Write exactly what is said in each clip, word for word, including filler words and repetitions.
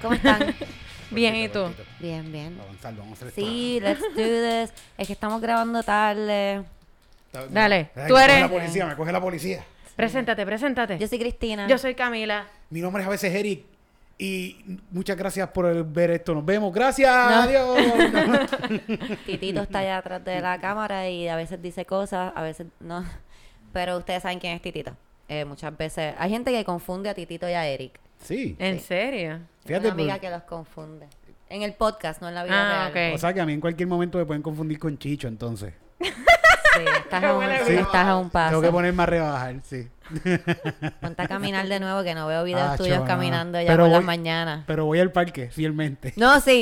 ¿Cómo están? Bien, ¿y tú? Bien, bien. Vamos a avanzar, vamos a hacer Sí, let's do this. Es que estamos grabando tarde. esto. Dale, Ay, tú me eres- coge la policía, me coge la policía. Preséntate, preséntate. Yo soy Cristina. Yo soy Camila. Mi nombre es a veces Eric. Y muchas gracias por el- ver esto. Nos vemos. Gracias. No. Adiós. Titito está allá atrás de la cámara y a veces dice cosas, a veces no. Pero ustedes saben quién es Titito. Eh, muchas veces hay gente que confunde a Titito y a Eric. Sí. ¿En Sí. serio? Fíjate, Una amiga pues- que los confunde. En el podcast, no en la vida Ah, real. ok. O sea que a mí en cualquier momento me pueden confundir con Chicho, entonces. Sí, estás a un, huele sí, bien. estás a un paso. Tengo que ponerme a rebajar, sí. Ponte a caminar de nuevo, que no veo videos Ah, tuyos chona. caminando ya Pero por las voy- mañanas. Pero voy al parque, fielmente. No, sí.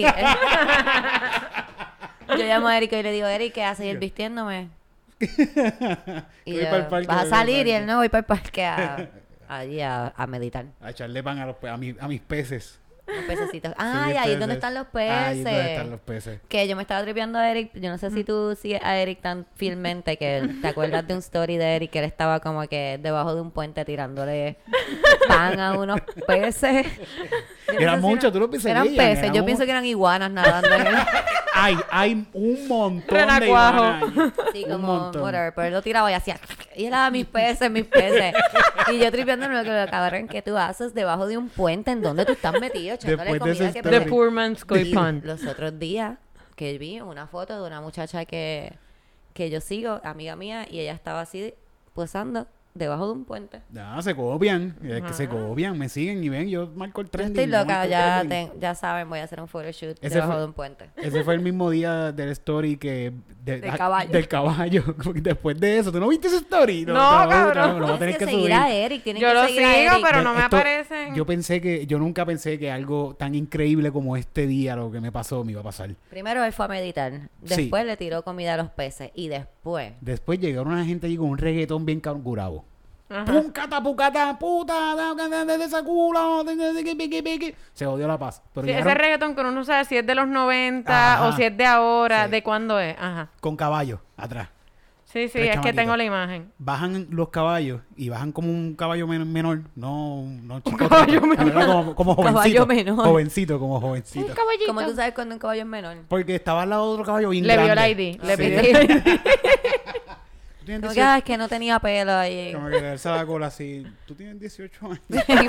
Yo llamo a Eric y le digo, Eric, ¿qué haces? Y él vistiéndome. Y Voy yo, pa'l parque, vas a voy pa'l salir y parque. él no, voy para el parque a, allí a, a meditar. A echarle pan a, los, pe- a, mi- a mis peces. Los pececitos. Sí, Ay, mis ahí es donde peces. están los peces. Ahí es donde están los peces. Que yo me estaba tripeando a Eric. Yo no sé si tú sigues a Eric tan fielmente que él- te acuerdas de un story de Eric que él estaba como que debajo de un puente tirándole pan a unos peces. Yo no Eran sé si muchos, tú lo perseguías, Eran peces. eran Yo un- pienso que eran iguanas nadando en el... Hay, hay un montón de Renacuajo. iguanas allí. Sí, Un como montón. whatever, pero él lo tiraba y hacía y él daba mis peces, mis peces. Y yo tripeándome lo que cabrón que tú haces debajo de un puente en donde tú estás metido echándole Después de comida ese que story. The Poor Man's Koi Y Pond. los otros días que vi una foto de una muchacha que, que yo sigo, amiga mía, y ella estaba así posando debajo de un puente. No, se copian. Es que se Ajá. copian. Me siguen y ven. Yo marco el Yo trending. estoy yo loca, marco el ya, trending. ten- ya saben, voy a hacer un photoshoot Ese debajo fue- de un puente. Ese fue el mismo día del story que... De, Del ah, caballo. Del caballo. Después de eso. ¿Tú no viste ese story? No, te lo voy a- cabrón. Lo voy a tener Tienes que que seguir subir. a Eric, tienes Yo que lo seguir a sigo, Eric. pero no me Esto- aparecen. Yo pensé que... Yo nunca pensé que algo tan increíble como este día, lo que me pasó, me iba a pasar. Primero él fue a meditar, Sí. después le tiró comida a los peces y después... Después llegaron una gente allí con un reggaetón bien curado. Ajá. ¡Pum, cata, pucata, puta! da, da, da, de esa culo, de- de- de- de- de- de- de- Se jodió la paz. Pero Sí, ese llegaron reggaetón que uno no sabe si es de los noventa Ajá. o si es de ahora, Sí. de cuándo es. Ajá. con caballo atrás. Sí, sí, Tres es que chamaquitos. tengo la imagen. Bajan los caballos y bajan como un caballo men- menor. No, no chico, caballo chico, menor. Como, como Caballo jovencito. menor. Jovencito, como jovencito. caballito. Como tú sabes cuando un caballo es menor. Porque estaba al lado de otro caballo bien Le vio grande. la I D. Le Sí. pidió la I D. Tienes Como que, dieciocho ah, es que no tenía pelo ahí. Como que darse la cola así. Tú tienes dieciocho años.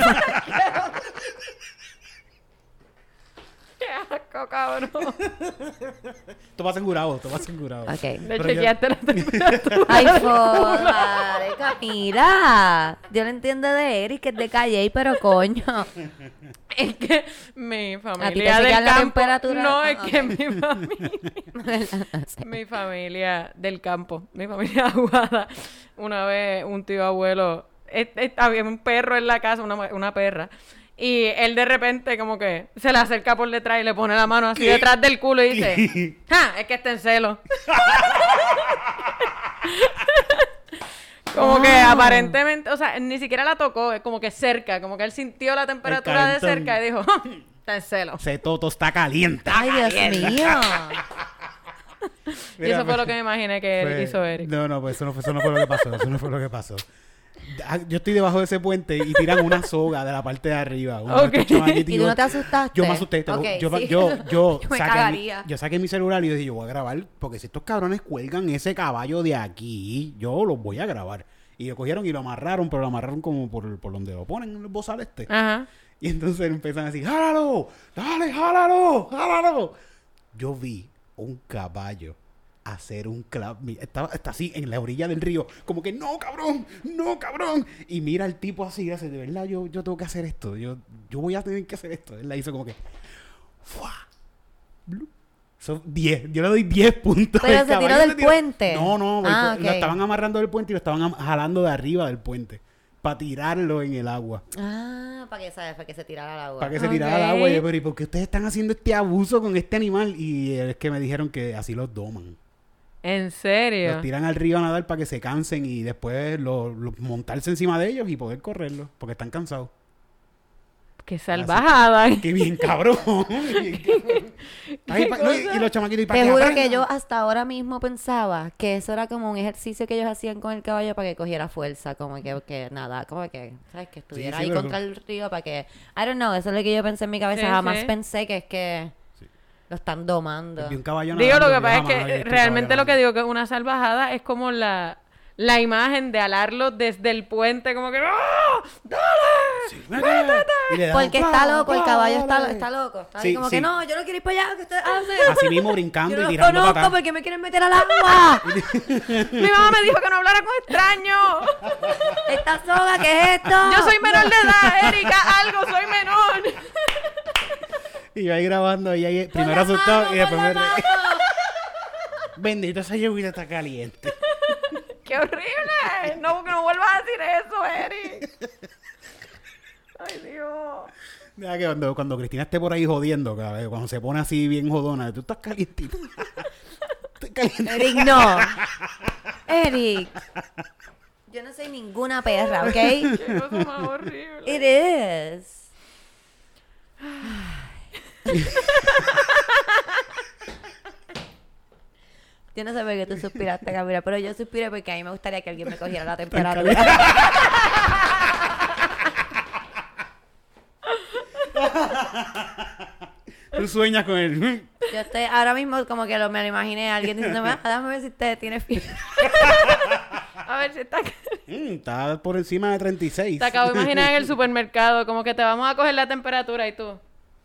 Qué asco, cabrón. Tú vas asegurado, tú vas asegurado. Ok. Le Pero yo- chequeaste la temperatura. Ay, joder, Camila. Yo lo entiendo de Eric, que es de Calle, pero coño. Es que mi ¿A ti te familia chequean del la campo... temperatura? No, Ah, es que ok. mi familia... mi familia del campo, mi familia aguada, una vez un tío abuelo, es- es- había un perro en la casa, una, una perra, y él de repente como que se le acerca por detrás y le pone la mano así ¿Qué? detrás del culo y dice, ¿Qué? ¡ja! Es que está en celo. Como que Wow. aparentemente, o sea, ni siquiera la tocó, es como que cerca, como que él sintió la temperatura de calentón. cerca y dijo, ¡ja! Está en celo. Ese toto está caliente. Ay, Dios mío. Y eso fue lo que me imaginé que él Fue- hizo Eric. No, no, pues eso no fue, eso no fue lo que pasó. Eso no fue lo que pasó. Ah, Yo estoy debajo de ese puente y tiran una soga de la parte de arriba. Uno de Ok. estos chamaquitos. ¿Y tú no te asustaste? Yo me asusté. te lo- Ok, yo, sí. yo, yo, Yo me saqué mi, cagaría. yo saqué mi celular y dije, yo voy a grabar, porque si estos cabrones cuelgan ese caballo de aquí, yo los voy a grabar. Y lo cogieron y lo amarraron, pero lo amarraron como por, por donde lo ponen en el bozal este. Ajá. Y entonces empiezan a decir, ¡jálalo! ¡Dale, jálalo! ¡Jálalo! Yo vi un caballo hacer un clap. mi- Estaba está así en la orilla del río, como que, ¡no, cabrón! ¡No, cabrón! Y mira al tipo así y hace, de verdad, yo, yo tengo que hacer esto. Yo, yo voy a tener que hacer esto. Él la hizo como que, ¡fua! Blu. Son diez. Yo le doy diez puntos. Pero El se tiró caballo del se tiró- puente. No, no. Ah, el- Lo ok. estaban amarrando del puente y lo estaban am- jalando de arriba del puente. Para tirarlo en el agua. Ah, para que, ¿sabes? Para que se tirara al agua. Para que se Ok. tirara al agua. Y yo, pero ¿y por qué ustedes están haciendo este abuso con este animal? Y es que me dijeron que así los doman. ¿En serio? Los tiran al río a nadar para que se cansen y después lo- lo- montarse encima de ellos y poder correrlos. Porque están cansados. ¡Qué salvajada! ¡Qué bien cabrón! Ay, pa- no, y, y los chamaquitos, ¿y para Te qué juro aprendan? que yo hasta ahora mismo pensaba que eso era como un ejercicio que ellos hacían con el caballo para que cogiera fuerza, como que, que nada, como que, ¿sabes? Que estuviera sí, ahí pero- contra el río para que, I don't know, eso es lo que yo pensé en mi cabeza, Sí, jamás sí. pensé que es que lo están domando. Vi un caballo Digo, lo nadando, que yo pasa es jamás que había eh, visto un realmente caballo lo que nadando. digo que una salvajada es como la, la imagen de alarlo desde el puente, como que ¡ah! ¡Dale! Sí, métete. Y le dan, Porque está ¡pa, loco, el pa, caballo está, dale! está loco. Está Sí, ahí como sí. que no, yo no quiero ir para allá, que ustedes hacen. Así mismo brincando Yo no y los tirando conozco patas. porque me quieren meter al agua. Mi mamá me dijo que no hablara con extraños. Esta soga, ¿qué es esto? Yo soy menor de edad, Erika, algo, soy menor. Y yo ahí grabando, y ahí Pon primero la asustado mano, y después pon me... la mano. Bendito, esa llovida está caliente. ¡Qué horrible! No, que no vuelvas a decir eso, Eric. Ay, Dios. Deja que cuando, cuando Cristina esté por ahí jodiendo, cabrón, cuando se pone así bien jodona, tú estás calientito. Estoy caliente. Eric, no. Eric. Yo no soy ninguna perra, ¿ok? Qué cosa más horrible. It is. Yo no sé por qué tú suspiraste, Camila, pero yo suspiré porque a mí me gustaría que alguien me cogiera la temperatura. Tú sueñas con él. Yo estoy ahora mismo como que lo, me lo imaginé a alguien diciéndome, ah, déjame ver si usted tiene fiebre. A ver si está... Mm, está por encima de treinta y seis. Te acabo de imaginar en el supermercado, como que te vamos a coger la temperatura y tú.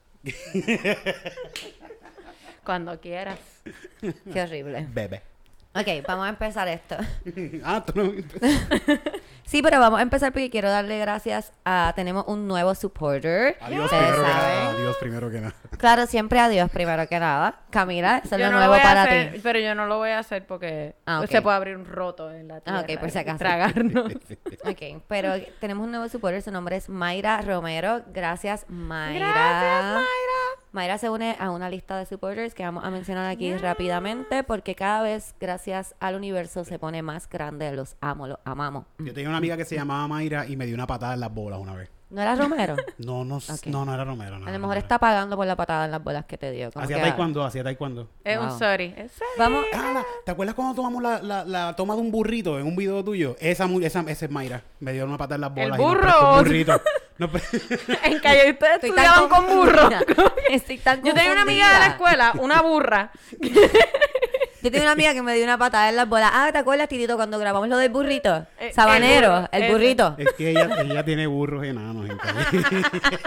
Cuando quieras. Qué horrible. Bebé. Ok, vamos a empezar esto. Ah, tú no... Sí, pero vamos a empezar porque quiero darle gracias a... Tenemos un nuevo supporter. Adiós Ustedes primero que saben. nada. Adiós primero que nada. Claro, siempre adiós primero que nada. Camila, eso es Yo lo no nuevo lo voy a para hacer, ti. pero yo no lo voy a hacer porque Ah, ok. se puede abrir un roto en la tierra. Ah, ok, por si y acaso. Tragarnos. Ok, pero tenemos un nuevo supporter, su nombre es Mayra Romero. Gracias, Mayra. Gracias, Mayra. Mayra se une a una lista de supporters que vamos a mencionar aquí rápidamente porque cada vez, gracias al universo, se pone más grande. Los amo, los amamos. Yo tenía una amiga que se llamaba Mayra y me dio una patada en las bolas una vez. ¿No era Romero? No, no, Ok. no, no era Romero. No A era lo mejor Romero. está pagando por la patada en las bolas que te dio. como Hacía que- taekwondo, hacía taekwondo. Es Wow. un sorry. Es sorry. Vamos, Ah, la- ¿te acuerdas cuando tomamos la, la, la toma de un burrito en un video tuyo? Esa, mu- esa, esa es Mayra. Me dio una patada en las bolas. y nos burro? prestó un burrito. Nos pre- En calle ustedes estoy tan estudiaban con burros. confundida. Estoy tan Yo tenía una amiga de la confundida. escuela, una burra. Yo tengo una amiga que me dio una patada en las bolas. Ah, ¿te acuerdas, Titito, cuando grabamos lo del burrito? Eh, Sabanero, el burro, el ese. burrito. es que ella, ella tiene burros enanos. En calle.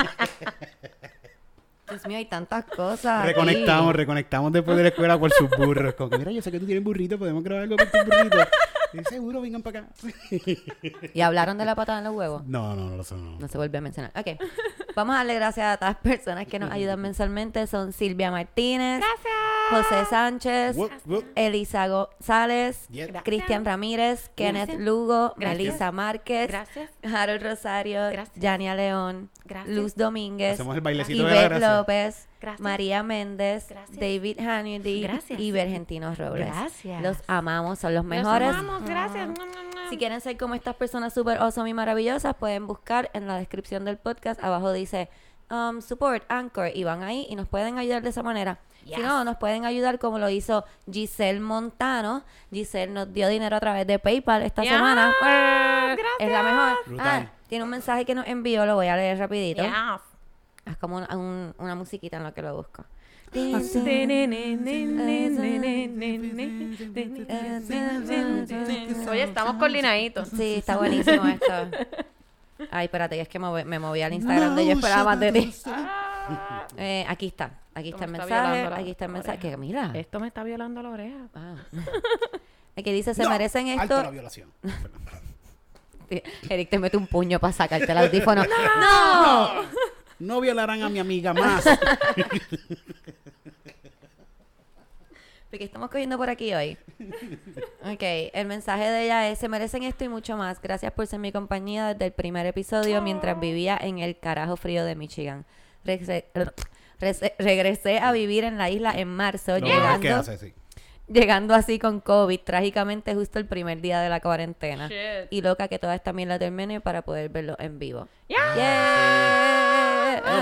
Dios mío, hay tantas cosas. aquí. reconectamos, reconectamos después de la escuela por sus burros. Como que, mira, yo sé que tú tienes burrito, podemos grabar algo con tus burritos. Y seguro, vengan para acá. ¿Y hablaron de la patada en los huevos? No, no, no, no. no. No se volvió a mencionar. Ok. Vamos a darle gracias a todas las personas que nos ayudan mensualmente. Son Silvia Martínez, José Sánchez, Wup, wup. Elisa González, Yep. Cristian Ramírez, Kenneth Lugo, Melissa Márquez, Gracias. Harold Rosario, Gracias. Yania León, Gracias. Luz Domínguez, Hacemos el bailecito de la Ivette gracia. López, Gracias. María Méndez, Gracias. David Hannity Gracias. y Vergentino Robles. Gracias. Los amamos, son los Los mejores. amamos, gracias. Si quieren ser como estas personas súper awesome y maravillosas, pueden buscar en la descripción del podcast. Abajo dice um, Support, Anchor, y van ahí y nos pueden ayudar de esa manera. Si no, nos pueden ayudar como lo hizo Giselle Montano. Giselle nos dio dinero a través de PayPal esta Yes, semana. Eh, Es la mejor. Brutal. Ah, tiene un mensaje que nos envió, lo voy a leer rapidito. Yeah. Es como una, un- una musiquita en lo que lo busco. Oye, estamos coordinaditos. Sí, está buenísimo esto. Ay, espérate, es que me, me moví al Instagram de Yo Esperaba Más de Ti. Eh, aquí está, aquí está el Me está mensaje, violando la aquí está el mensaje. oreja. Que mira, Esto me está violando la oreja. wow. El que dice, se No, merecen alto esto. la violación. Eric te mete un puño para sacarte el audífono. ¡No! No violarán a mi amiga más. Porque estamos cogiendo por aquí hoy. Ok, el mensaje de ella es: se merecen esto y mucho más. Gracias por ser mi compañía desde el primer episodio mientras vivía en el carajo frío de Michigan. Regresé, rese- regresé a vivir en la isla en marzo, Lo mejor que llegando, hace, sí. llegando así con COVID, trágicamente justo el primer día de la cuarentena. Shit. Y loca que toda esta mierda termine para poder verlo en vivo. Yeah. Yeah.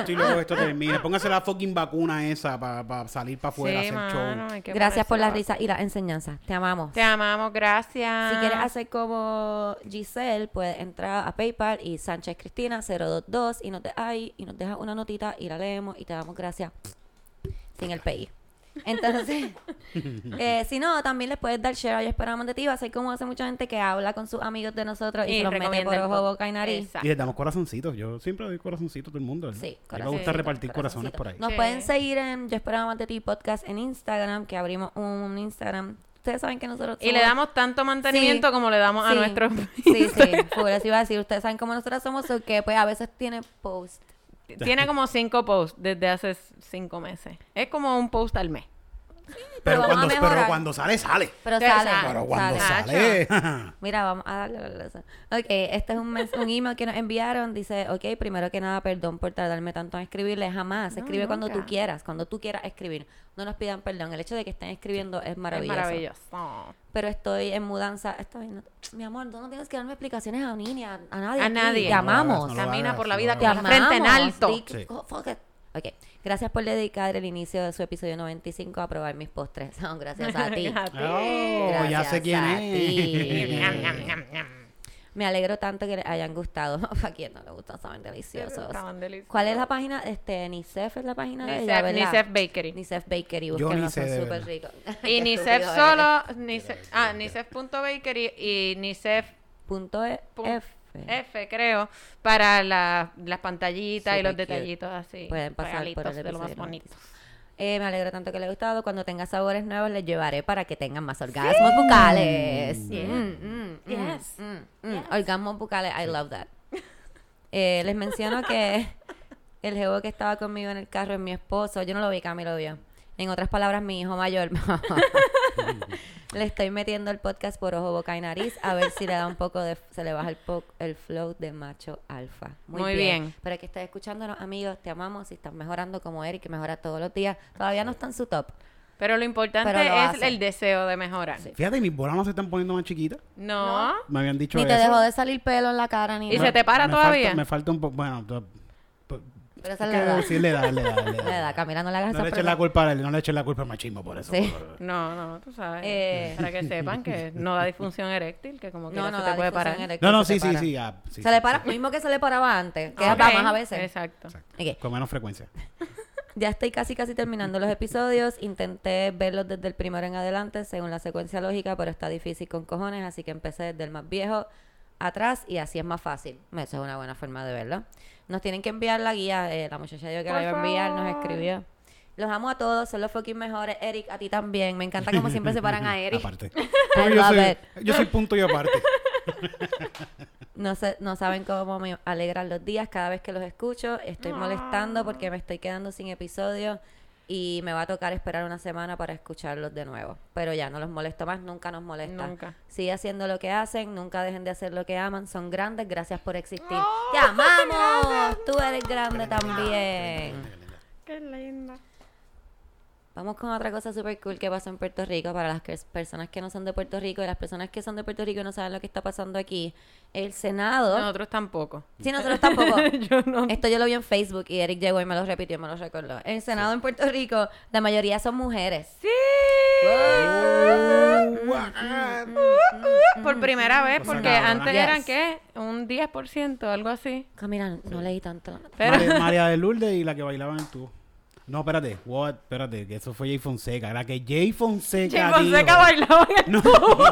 estoy loco que esto termine. Póngase la fucking vacuna esa para pa salir para afuera Sí, a hacer mano, show. hay que Gracias por ponerse la risa y la enseñanza. Te amamos. Te amamos, gracias. Si quieres hacer como Giselle, puedes entrar a PayPal y Sánchez Cristina cero dos dos y nos de ahí y nos dejas una notita y la leemos y te damos gracias sin el P I. Entonces, eh, si no, también les puedes dar share a Yo Esperamos de Ti. Va a ser como hace mucha gente que habla con sus amigos de nosotros y, Y se los mete recomienda por el ojo, pod- boca y nariz. Exacto. Y les damos corazoncitos. Yo siempre doy corazoncitos a todo el mundo. ¿verdad? Sí, A mí me corazoncito, gusta repartir corazoncito. corazones por ahí. Nos Sí. pueden seguir en Yo Esperaba Más de Ti podcast en Instagram, que abrimos un Instagram. Ustedes saben que nosotros Y le somos- damos tanto mantenimiento Sí. como le damos a Sí. nuestros... Sí, sí, por eso iba a decir, ustedes saben cómo nosotros somos, o que pues a veces tiene post. Tiene como cinco posts desde hace cinco meses. Es como un post al mes. pero Pero vamos a cuando, mejorar. pero cuando sale, sale. Pero Sí, sale, exacto. Pero cuando sale. sale. Mira, vamos a darle la razón. Ok, este es un, mes- un email que nos enviaron. Dice, ok, primero que nada, perdón por tardarme tanto en escribirle. Jamás. No, Escribe cuando tú nunca. quieras. Cuando tú quieras escribir. No nos pidan perdón. El hecho de que estén escribiendo es maravilloso. Es maravilloso. Pero estoy en mudanza. Estoy, no- mi amor, tú no tienes que darme explicaciones a mí ni a, a nadie. A aquí. nadie. Te amamos. No lo Camina hagas, por la no vida lo Te con hagas. la frente en amamos. alto. Di- Sí. oh, fuck it. Ok, gracias por dedicar el inicio de su episodio noventa y cinco a probar mis postres. No, gracias a ti. A ti. Oh, ya Gracias sé quién a ti. Ñam, ñam, ñam, ñam. Me alegro tanto que les hayan gustado. ¿A quién no le gustan? Saben deliciosos. Estaban deliciosos. ¿Cuál es la página? Este, Nicef es la página de ella, Nicef, ¿verdad? Nicef Bakery. Nicef Bakery. Yo Búsquenlo, ni sé son de súper verdad. ricos. Y Qué Nicef estúpido solo... eres. Nicef, ah, Nicef.bakery y Nicef Punto E- Pu- F. F, creo, para la- las pantallitas y Super los cute. detallitos así. Pueden pasar regalitos por el de lo más episodio bonitos. Eh, me alegro tanto que les haya gustado. Cuando tenga sabores nuevos, les llevaré para que tengan más orgasmos bucales. Yeah. Mm, mm, mm, Yes. mm, mm. Orgasmos bucales, I love that. Eh, les menciono que el jevo que estaba conmigo en el carro es mi esposo. Yo no lo vi, Cami lo vio. En otras palabras, mi hijo mayor. Le estoy metiendo el podcast por ojo, boca y nariz a ver si le da un poco de... Se le baja el, po- el flow de macho alfa. Muy, Muy bien. bien. Pero que estés escuchándonos, amigos. Te amamos. Si estás mejorando como Eric, que mejora todos los días. Todavía no está en su top. Pero lo importante Pero lo es hace. el deseo de mejorar. Sí. Fíjate, mis bolas no se están poniendo más chiquitas. No. Me habían dicho Ni eso. te dejó de salir pelo en la cara ni ¿Y nada. se te para me todavía? Falta, me falta un poco... Bueno, to- po- Pero esa es le que da. sí, le da, le da, le da. Le da, Camila, no le hagas No esa le eches pregunta. la culpa a él, no le eches la culpa al machismo por eso. Sí. No, no, tú sabes. Eh. Para que sepan que no da disfunción eréctil, que como que No, no, no, se da te puede difusión parar. eréctil, No, no, se sí, te sí, para. sí. ah, sí, Se sí, le para, sí. mismo que se le paraba antes, que Ok, es damas a veces. Exacto. Exacto. Ok. Con menos frecuencia. Ya estoy casi casi terminando los episodios. Intenté verlos desde el primero en adelante, según la secuencia lógica, pero está difícil con cojones, así que empecé desde el más viejo atrás y así es más fácil. Eso es una buena forma de verlo. Nos tienen que enviar la guía. eh, la muchacha yo que la Por iba a enviar nos favor. escribió. Los amo a todos, son los fucking mejores. Eric, a ti también. Me encanta como siempre se paran a Eric. Aparte. I Pero yo, love soy, it. yo soy punto y aparte. No, sé, no saben cómo me alegran los días cada vez que los escucho. Estoy Ah. molestando porque me estoy quedando sin episodios y me va a tocar esperar una semana para escucharlos de nuevo. Pero ya, no los molesto más, nunca nos molesta. Nunca. Sigue haciendo lo que hacen, nunca dejen de hacer lo que aman. Son grandes, gracias por existir. Oh, ¡Te amamos! Tú eres grande también. Qué linda. Vamos con otra cosa súper cool que pasó en Puerto Rico para las que- personas que no son de Puerto Rico y las personas que son de Puerto Rico y no saben lo que está pasando aquí. El Senado... Nosotros tampoco. Sí, nosotros tampoco. Yo no. Esto yo lo vi en Facebook y Eric llegó y me lo repitió y me lo recordó. En el Senado en Puerto Rico, la mayoría son mujeres. ¡Sí! Por primera vez, Cosa porque cabrona. antes Yes. eran, ¿qué? Un diez por ciento, algo así. Camila, no leí tanto. la- Pero, María, María de Lourdes y la que bailaba en el tubo. No, espérate. What? Espérate, que eso fue Jay Fonseca. La que Jay Fonseca Jay Fonseca dijo- bailaba en el No.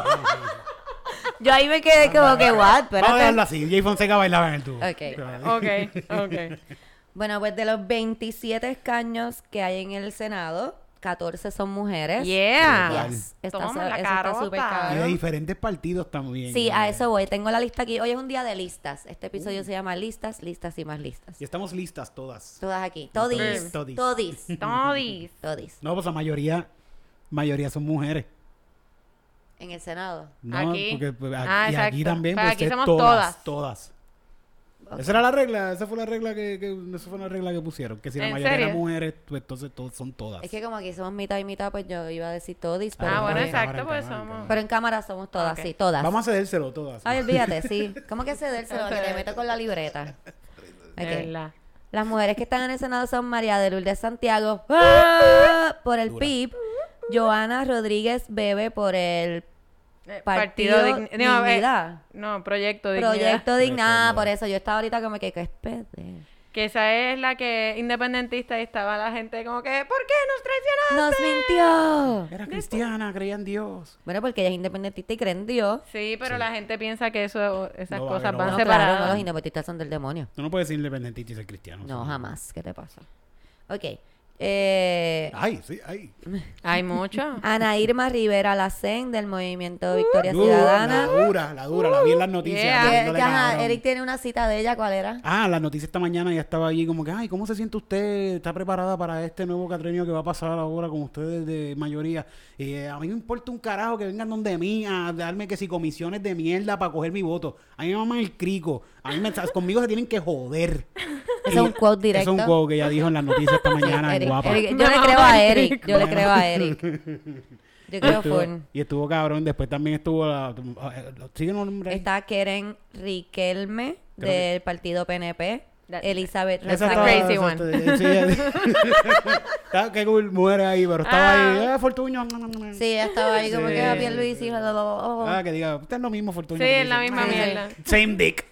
Yo ahí me quedé como que, what? Vamos a Espérate. dejarlo así. Jay Fonseca bailaba en el tubo. Ok. Ok, ok. Bueno, pues de los veintisiete escaños que hay en el Senado, catorce son mujeres. Yeah. Yes. Está, Toma su- la eso está carota. súper Y de cabrón. diferentes partidos también. Sí, a Eh, eso voy. Tengo la lista aquí. Hoy es un día de listas. Este episodio Uh. se llama Listas, Listas y más listas. Y estamos listas todas. Todas aquí. Todis. Todis. Todis. Todis. Todis. Todis. No, pues la mayoría, mayoría son mujeres. En el Senado. No, Aquí. porque pues, aquí, Ah, y aquí exacto. también, Pero pues, aquí es somos todas. todas. Todas. Ok. Esa era la regla, esa fue la regla que, que esa fue la regla que pusieron, que si la ¿En mayoría eran serio? mujeres, pues entonces todos son todas. Es que como aquí somos mitad y mitad, pues yo iba a decir todis, pero, Ah, bueno, en- exacto. exacto, cámara, pues cámara, somos... cámara. pero en cámara somos todas, Ok. sí, todas. Vamos a cedérselo todas. Ay, olvídate, sí. ¿Cómo que cedérselo? Que te meto con la libreta. De Ok. verdad. Las mujeres que están en el Senado son María de Lourdes Santiago ¡ah! por el Dura. P I B, Joana Rodríguez Bebe por el Eh, Partido, Dign- no, eh, Dignidad. no, Proyecto Dignidad. Proyecto Dignidad, Proyecto por Dignidad. eso yo estaba ahorita como que, que espere. Que esa es la que independentista y estaba la gente como que, ¿por qué nos ¡Nos traicionaste? mintió! Era cristiana, creía en Dios. Bueno, porque ella es independentista y cree en Dios. Sí, pero Sí. la gente piensa que eso, esas No va, cosas no van va. No, separadas. claro, no, los independentistas son del demonio. Tú no puedes ser independentista y ser cristiano. No, sí. jamás. ¿Qué te pasa? Ok. Eh, Ay, sí, ay. Hay mucho. Ana Irma Rivera Lacén del Movimiento Victoria Uh, Ciudadana. La dura, la dura, la vi en las noticias. Yeah. Que- viéndole, que, ajá, cabrón. Eric tiene una cita de ella, ¿cuál era? Ah, las noticias esta mañana ya estaba allí como que, ay, ¿cómo se siente usted? ¿Está preparada para este nuevo catrenio que va a pasar ahora con ustedes de mayoría? Y eh, a mí me importa un carajo que vengan donde mí a darme que si comisiones de mierda para coger mi voto. A mí me maman el crico. A mí me, conmigo se tienen que joder. Ese es un quote directo. Eso es un quote que ella dijo en las noticias esta mañana, Eric, guapa. Eric, yo Me le mama creo a el Eric. crico. Yo le creo a Eric. Yo Y creo estuvo, full. y estuvo cabrón. Después también estuvo la... ¿Siguen los nombres? Está Keren Riquelme Creo del partido P N P. That- Elizabeth Esa Rosario. That's the estaba- crazy esa- sí, ella- Está- qué cool, muere ahí, pero estaba Ah. ahí. Ah, Fortuño. Sí, ella estaba ahí como Sí. que a Pierluisi. bla, bla, bla, bla. Ah, que diga, usted es lo mismo, Fortuño. Sí, que es la dice. misma Sí, sí. mierda. Same dick.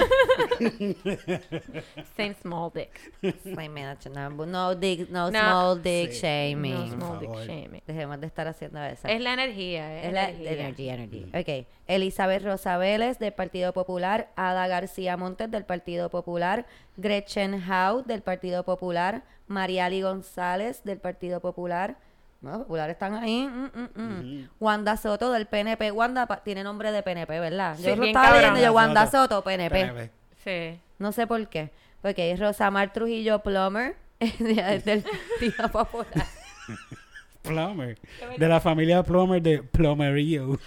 Same small dick. Ay, mira, chana, No, dick, no, No. small dick Sí. shaming. No Por small dick favor. shaming. Dejemos de estar haciendo eso. Es la energía, es, Es la energía. energy, energy. Ok. Elizabeth Rosa Vélez del Partido Popular, Ada García Montes del Partido Popular, Gretchen Howe del Partido Popular, Mariali González del Partido Popular. No, populares están ahí. Mm, mm, mm. Wanda Soto del P N P. Wanda pa- tiene nombre de P N P, ¿verdad? Sí, yo lo bien estaba cabrón. leyendo yo, Wanda Wanda Soto, P N P. P N P. Sí. No sé por qué. Ok, Rosamar Trujillo Plummer del Partido Popular. Plummer. De la familia Plummer de Plomerío.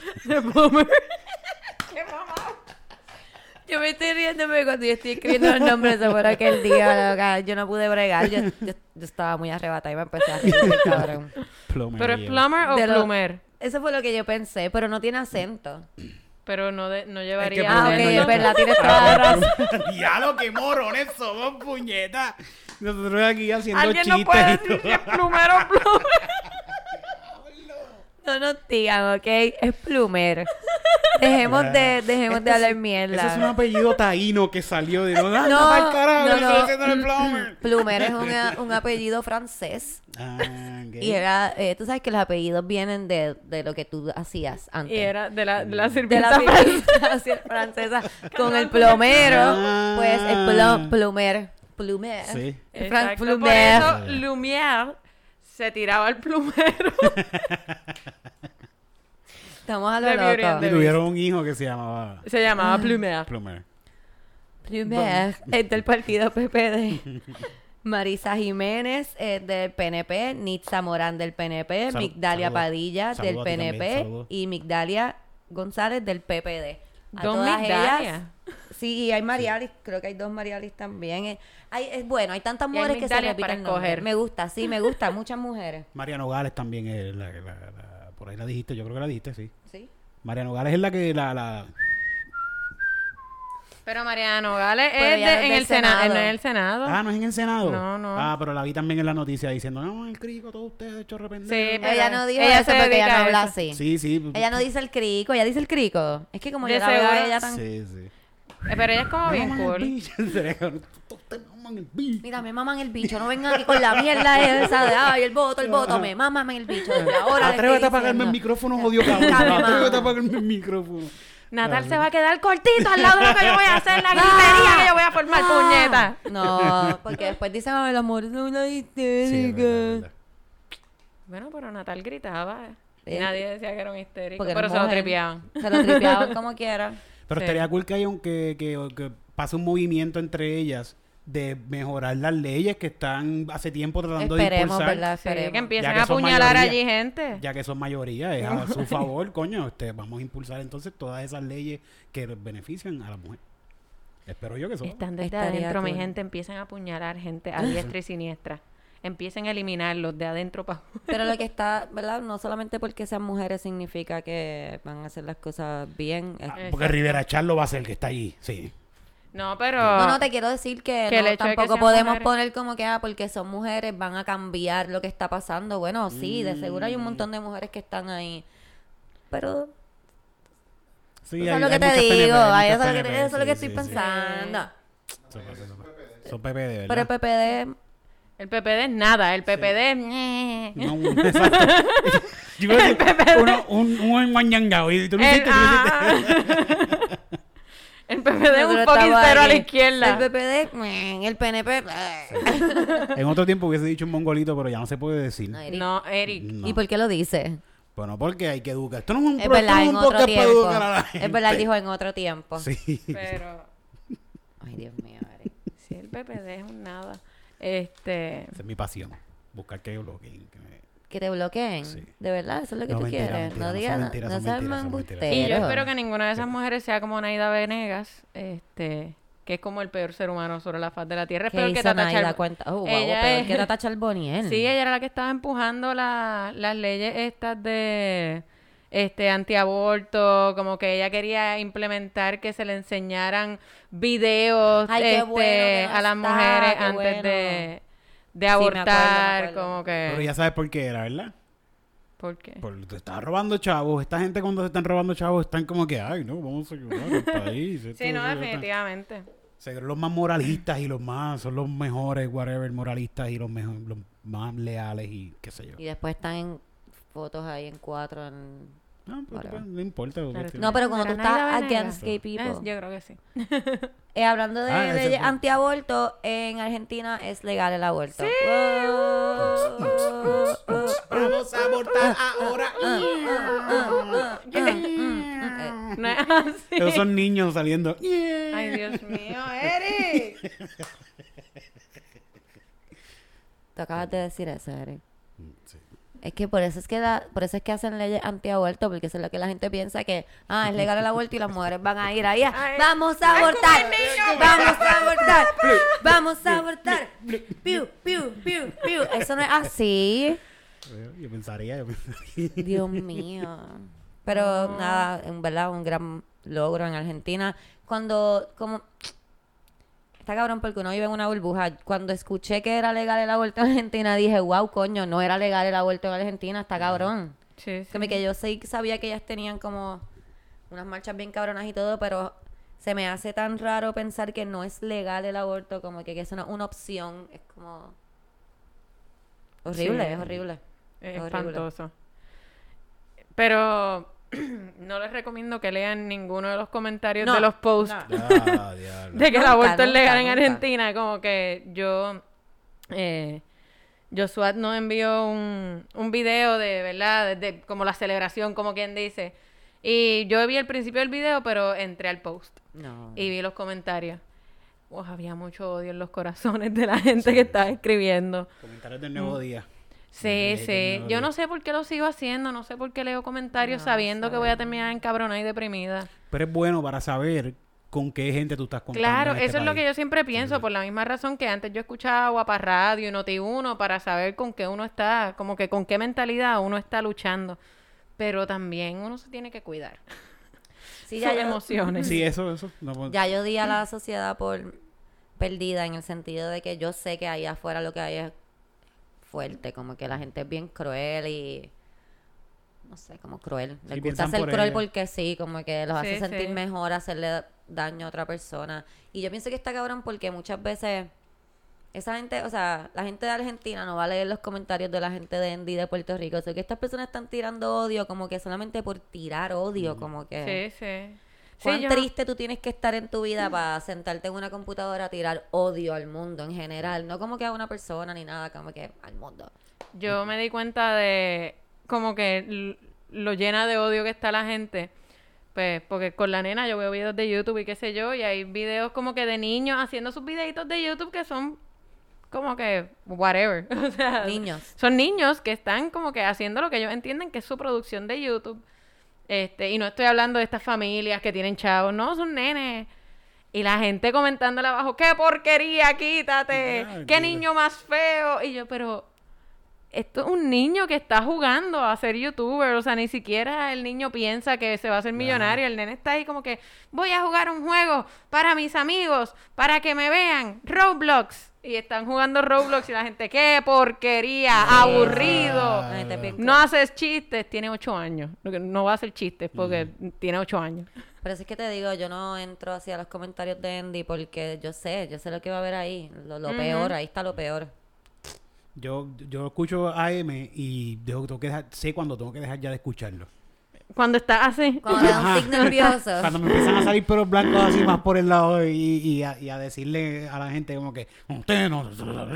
Yo me estoy riendo porque cuando yo estoy escribiendo los nombres de por aquel día, loca, yo no pude bregar. Yo, yo, yo estaba muy arrebatada y me empecé a reír, cabrón. Plomerío. ¿Pero es plumber o De lo- plumer? Eso fue lo que yo pensé, pero no tiene acento. Pero no, de, no llevaría... Ah, ok, Plummer no es lleva- verdad, tienes toda la razón. Diablo, qué morrones somos, puñeta. Nosotros aquí haciendo Alguien no chistes. puede y decir todo. si es plumer o plumer. No nos digan, ¿ok? Es plumer. Dejemos de, dejemos de hablar mierda. Ese es un apellido taíno que salió de... No, no, No, no, carajo, no, no, no. estoy haciendo el Plummer. Plumer es una- un apellido francés. Ah, ok. Y era, eh, tú sabes que los apellidos vienen de, de lo que tú hacías antes. Y era de la, de la de sirvienta la francesa. sirvienta francesa con el plomero, Ah. pues el plum, plumer, plumer. Sí. Frank Exacto, Plumer. por eso Lumière se tiraba al plumero. Estamos a lo De Beauty and loco. Y tuvieron un hijo que se llamaba Se llamaba Plumer. Plummer. Plumer es del partido P P D. Marisa Jiménez es del P N P, Nitza Morán del P N P, Salud- Migdalia saludos. Padilla Saludos del a ti P N P también, saludos. y Migdalia González del P P D. A Dos todas Migdalias. ellas. Sí, y hay Marialis, creo que hay dos Marialis también. Eh, Hay, es bueno, hay tantas Y hay mujeres que se Migdalias para repiten nombres. escoger. Me gusta, sí, me gusta, muchas mujeres. Mariano Gales también es la, la- la- por ahí la dijiste, yo creo que la dijiste, sí. Sí. Mariano Gales es la que la, la Pero Mariano Gales Pero es ella de- no es en del el Senado. Senado. En el Senado. Ah, no es en el Senado. No, no. Ah, pero la vi también en la noticia diciendo, no, el crico, todos ustedes chorro pendejo. Sí, pero Ella no dijo ella eso se porque dedica ella no a habla eso. así. Sí, sí. Ella no dice el crico, ella dice el crico. Es que como De yo la veo a seguro. ella tan... Sí, sí. Eh, Pero ella es como bien Maman el cool. bicho. Sería cabrón, todos te maman el bicho. Mira, me maman el bicho, no vengan aquí con la mierda esa de, ay, el voto, el voto, me maman el bicho. Desde ahora le Atrévete estoy a apagarme el diciendo. micrófono, jodido cabrón. Dale, Atrévete a mamá. apagarme el micrófono. Natal se va a quedar cortito al lado de lo que yo voy a hacer, la gritería que yo voy a formar, puñeta. No, porque después dicen, ay, el amor es una Sí, es histérica. verdad, es verdad. Bueno, pero Natal gritaba. Y Eh, nadie decía que era un histérico. porque Pero era se lo mujer. tripeaban. Se lo tripeaban como quiera. Pero Sí. estaría cool que haya un, que, que, que pase un movimiento entre ellas de mejorar las leyes que están hace tiempo tratando de Esperemos, impulsar. ¿verdad? Sí, Esperemos. que empiecen Ya que a son apuñalar mayoría. allí gente. Ya que son mayoría, es a su favor, coño. Este, vamos a impulsar entonces todas esas leyes que benefician a la mujer. Espero yo que eso. Están desde Estaría adentro, mi cool. gente. Empiecen a apuñalar gente a diestra y siniestra. Empiecen a eliminarlos de adentro para Pero lo que está, ¿verdad? No solamente porque sean mujeres significa que van a hacer las cosas bien. Es- Ah, porque Rivera Charlo va a ser el que está allí, sí. No, pero... No, no, te quiero decir que, que el no, hecho de que tampoco sean podemos mujeres. poner como que, ah, porque son mujeres, van a cambiar lo que está pasando. Bueno, sí, de seguro hay un montón de mujeres que están ahí. Pero, Sí, eso hay- es lo hay que te muchas digo, P N P, ay, muchas eso es lo que, P N P, eso es lo que sí, estoy sí, sí. pensando. Son son P P D, ¿verdad? Pero el P P D, El P P D es nada, el P P D... ñe. No, un- exacto. Yo iba a decir, uno, un, un mañangao y tú lo El, hiciste, tú lo ah, hiciste. el P P D es un nosotros fucking estamos cero a la aquí. izquierda. El P P D, mm, el P N P. En otro tiempo hubiese dicho un mongolito, pero ya no se puede decir. No, Eric. No, Eric. No. ¿Y por qué lo dice? Bueno, porque hay que educar. Esto no es un, Es pro- esto verdad, no es en un otro podcast para tiempo. educar a la gente. Es verdad, dijo en otro tiempo. Sí. Pero... Ay, Dios mío, Eric. Sí, el P P D es un nada. Este... Esa es mi pasión. Buscar que bloqueen. Que me... Que te bloqueen. Sí. De verdad, eso es lo que No, tú mentira, quieres. mentira, no no son digas, mentiras, no son seas mentiras, son mentiras. embustero. Y yo espero que ninguna de esas mujeres sea como Naida Venegas, este, que es como el peor ser humano sobre la faz de la tierra. Es ¿Qué peor que hizo Tata Naida? Charbonnier. Cuenta. Oh, wow, Ella peor es- que Tata Charbonnier. Sí, ella era la que estaba empujando la- las leyes estas de este antiaborto, como que ella quería implementar que se le enseñaran videos Ay, qué este, bueno que no a las está, mujeres qué antes bueno. de, de me acuerdo, me abortar, acuerdo. como que... Pero ya sabes por qué era, ¿verdad? ¿Por qué? Porque te estás robando chavos. Esta gente cuando se están robando chavos están como que, ay, no, vamos a ayudar al país. esto, Sí, no, esto, esto". definitivamente. Se creen los más moralistas y los más, son los mejores, whatever, moralistas y los, mejor, los más leales y qué sé yo. Y después están en fotos ahí en cuatro. En... No, pero Whatever. no importa. lo que Claro, esté- No, pero cuando tú ¿Era Naida estás Venegas? against gay Eh, people. yo creo que sí. Eh, hablando de Ah, ese leyes fue. antiaborto, en Argentina es legal el aborto. Sí. Vamos a abortar ahora. No es así. Esos son niños saliendo. Ay, Dios mío, Eric. Tú acabas de decir eso, Eric. Sí. Es que por eso es que da- por eso es que hacen leyes antiaborto, porque eso es lo que la gente piensa que ah, es legal el aborto y las mujeres van a ir ahí a, Ay, vamos a ay, abortar, como el niño, vamos a abortar, vamos a abortar. Piu, piu, piu, piu. Eso no es así. Yo pensaría, yo pensaría. Dios mío. Pero nada, en verdad un gran logro en Argentina. Cuando como está cabrón porque uno vive en una burbuja. Cuando escuché que era legal el aborto en Argentina, dije, wow, coño, no era legal el aborto en Argentina, está cabrón. Sí, sí. Como que yo sé, sabía que ellas tenían como unas marchas bien cabronas y todo, pero se me hace tan raro pensar que no es legal el aborto, como que, que eso no es una opción. Es como horrible, Sí. es horrible. Es horrible. espantoso. Pero no les recomiendo que lean ninguno de los comentarios No, de los posts no. Ah, diablo. de que el Nunca, aborto es nunca, legal en nunca. Argentina. Como que yo... Eh, Josué nos envió un, un video de, ¿verdad? De, de- como la celebración, como quien dice. Y yo vi el principio del video, pero entré al post No. y vi los comentarios. Wow, había mucho odio en los corazones de la gente que estaba escribiendo. Comentarios del nuevo día. Sí, Sí, sí. del nuevo Yo día. no sé por qué lo sigo haciendo, no sé por qué leo comentarios No, sabiendo que voy a sabe. terminar encabronada y deprimida. Pero es bueno para saber con qué gente tú estás contando. Claro, en este eso es lo país. que yo siempre pienso, sí. por la misma razón que antes yo escuchaba Guapa Radio y Noti uno para saber con qué uno está, como que con qué mentalidad uno está luchando. Pero también uno se tiene que cuidar. Sí, Sus ya yo, emociones. Sí, eso, eso. No, puedo- ya yo di a la sociedad por perdida en el sentido de que yo sé que ahí afuera lo que hay es fuerte, como que la gente es bien cruel y no sé, como cruel. Les Sí, gusta piensan ser por cruel ella. porque sí, como que los hace Sí, sentir sí. mejor, hacerle daño a otra persona. Y yo pienso que está cabrón porque muchas veces esa gente, o sea, la gente de Argentina no va a leer los comentarios de la gente de Andy de Puerto Rico. O sea, que estas personas están tirando odio como que solamente por tirar odio, como que... Sí, sí. ¿Cuán Sí, yo- triste tú tienes que estar en tu vida para sentarte en una computadora a tirar odio al mundo en general? No como que a una persona ni nada, como que al mundo. Yo me di cuenta de como que l- lo llena de odio que está la gente. Pues, porque con la nena yo veo videos de YouTube y qué sé yo, y hay videos como que de niños haciendo sus videitos de YouTube que son como que whatever. O sea, Niños. son niños que están como que haciendo lo que ellos entienden que es su producción de YouTube. Este, y no estoy hablando de estas familias que tienen chavos, no, son nenes. Y la gente comentándole abajo, ¡qué porquería, quítate! Ya, ¡Qué tío. niño más feo! Y yo, pero... esto es un niño que está jugando a ser youtuber, o sea, ni siquiera el niño piensa que se va a hacer millonario, el nene está ahí como que voy a jugar un juego para mis amigos, para que me vean, Roblox, y están jugando Roblox y la gente, qué porquería, aburrido, Ay, te pico. no haces chistes, tiene ocho años, no va a hacer chistes porque mm. tiene ocho años. Pero sí que te digo, yo no entro hacia los comentarios de Andy porque yo sé, yo sé lo que va a haber ahí, lo, lo uh-huh. peor, ahí está lo peor. Yo, yo escucho A M y dejo, tengo que dejar, sé cuando tengo que dejar ya de escucharlo. Cuando está así. Cuando le da un tic nervioso. Cuando me empiezan a salir pelos blancos así más por el lado y, y, a, y a decirle a la gente como que usted no...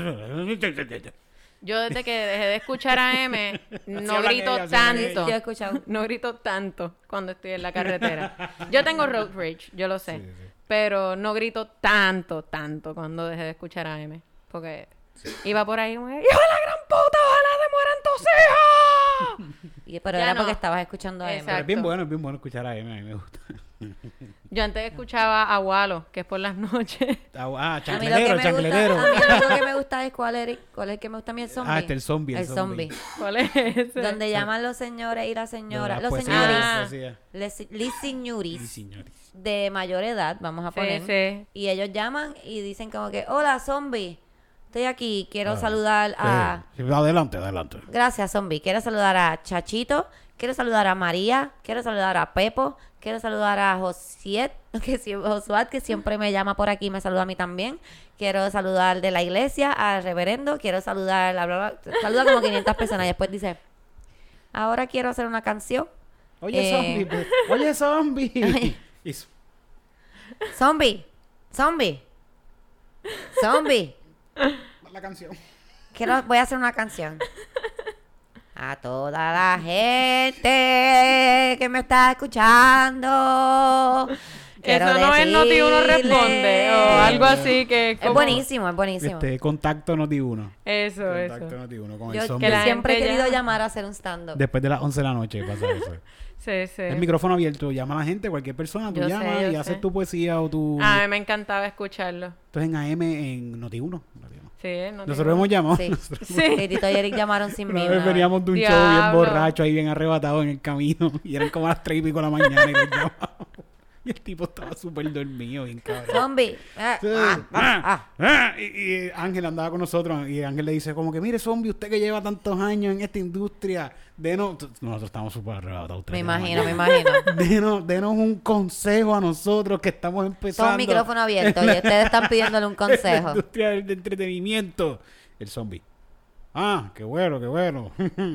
Yo desde que dejé de escuchar a M no Así grito ella, tanto. Yo he escuchado. No grito tanto cuando estoy en la carretera. Yo tengo road rage, yo lo sé. Sí, sí. Pero no grito tanto, tanto cuando dejé de escuchar a M. Porque sí. iba por ahí como, ¡hijo de la gran puta! ¡Ojalá te mueran tus hijos! Y, pero Ya era no. porque estabas escuchando a M. Pero es bien bueno, es bien bueno escuchar a M, a mí me gusta. Yo antes escuchaba a Walo, que es por las noches. Ah, a mí lo que chancletero, me chancletero. gusta, a mí lo que me gusta es cuál es, cuál es el que me gusta a mí, el zombie. Ah, este el zombie, el, el zombie. zombie. ¿Cuál es ese? Donde llaman los señores y las señoras, De los las señores, poesías, Ah. les, les señoris, Sí, señores. de mayor edad, vamos a Sí, poner, sí. y ellos llaman y dicen como que, hola zombie, estoy aquí, quiero Ah, saludar a... Sí, sí, adelante, adelante. Gracias, zombie. Quiero saludar a Chachito, quiero saludar a María, quiero saludar a Pepo, quiero saludar a Josiet, que, si- Josuat, que siempre me llama por aquí y me saluda a mí también. Quiero saludar de la iglesia al reverendo, quiero saludar, bla, bla, bla. Saluda como quinientas personas y después dice, ahora quiero hacer una canción. Oye, Eh, zombie, pues. Oye, zombie. Eso. Zombie, zombie, zombie. La canción. Quiero, voy a hacer una canción. A toda la gente que me está escuchando. quiero Eso no es Noti Uno Responde o decirle- algo así que... Es como- buenísimo, es buenísimo. Este, contacto Noti uno. Eso, Contacto eso. Noti uno con Yo el que zombie. la siempre he gente querido llama. llamar a hacer un stand-up. Después de las once de la noche pasa eso. Sí, sí. El micrófono abierto, llama a la gente, cualquier persona, tú Yo sé, llamas yo y sé. haces tu poesía o tu... A mí me encantaba escucharlo. Entonces en A M en Noti uno. Sí, no Nosotros hemos llamado. Sí. Nosotros- Sí. Y Tito y Eric llamaron sin mí. Una una vez vez. veníamos de un show bien Diablo. borracho, ahí bien arrebatado en el camino. Y eran como a las tres y pico de la mañana y los llamamos. Y el tipo estaba súper dormido, bien cabrón. Zombie. Ah, Sí. ah, ah, Ah, ah, y, y Ángel andaba con nosotros y Ángel le dice como que, mire, zombie, usted que lleva tantos años en esta industria, denos... Nosotros estamos súper arrebatados. Me tres de la imagino, me mañana. imagino. Denos, denos un consejo a nosotros que estamos empezando. Todo micrófono abierto y ustedes están pidiéndole un en la consejo. industria del de entretenimiento. El zombie. Ah, qué bueno, qué bueno.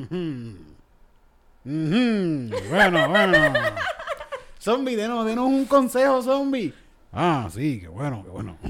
Ujú, bueno, bueno. Zombie, denos, denos un consejo, zombie. Ah, sí, qué bueno, qué bueno.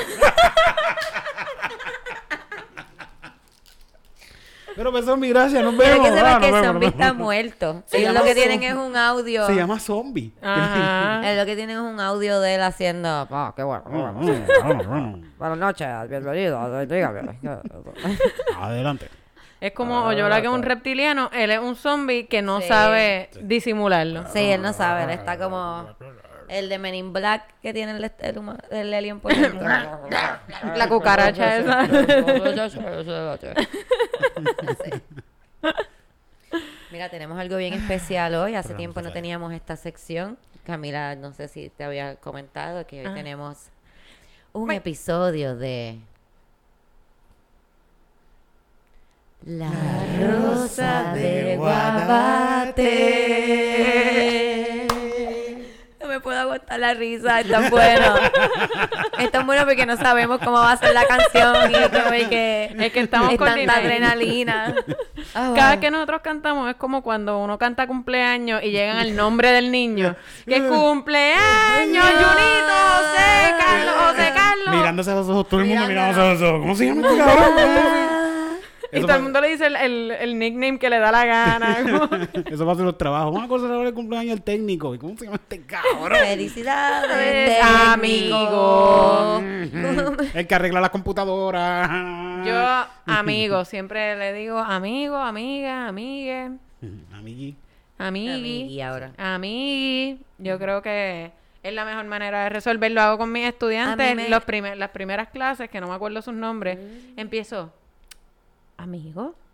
Pero pues zombie, gracias, nos Quiero vemos. que sepas Ah, que nos el vemos, zombie nos está vemos. muerto. Se Ellos llama lo que tienen zombie. es un audio. Se llama zombie. Ajá. Eh, lo que tienen es un audio de él haciendo. Ah, qué bueno. qué bueno, sí. Bueno, bueno. Buenas noches, bienvenido. Dígame. Adelante. Es como Oyola, que es un reptiliano, él es un zombie que no Sí. sabe disimularlo. Sí, él no sabe, él está como el de Men in Black que tiene el, el, huma- el alien por dentro. La cucaracha esa. Sí. Mira, tenemos algo bien especial hoy. Hace Pero tiempo vamos a no ver. teníamos esta sección. Camila, no sé si te había comentado que hoy Ajá. tenemos un Me- episodio de La Rosa de Guabate. No me puedo aguantar la risa, es tan bueno. Es tan bueno porque no sabemos cómo va a ser la canción y como y que Es que estamos es tanta coordinando. adrenalina. Ah, Cada wow. que nosotros cantamos es como cuando uno canta cumpleaños y llegan al nombre del niño. Que cumpleaños, Junito, José Carlos, José Carlos. Mirándose a los ojos, todo el mundo Mirando. mirándose a los ojos. ¿Cómo se llama este cabrón? Y Eso todo el pa- mundo le dice el, el, el nickname que le da la gana. como- Eso pasa en los trabajos. Vamos a celebrar el cumpleaños del técnico. ¿Y cómo se llama este cabrón? Felicidades, Amigo. amigo. El que arregla la computadora. Yo, amigo, siempre le digo amigo, amiga, amigue, Amigui. amigui, Y ahora. amigui. Yo creo que es la mejor manera de resolverlo. Hago con mis estudiantes A mí me- los primer- las primeras clases, que no me acuerdo sus nombres. Empiezo, amigo,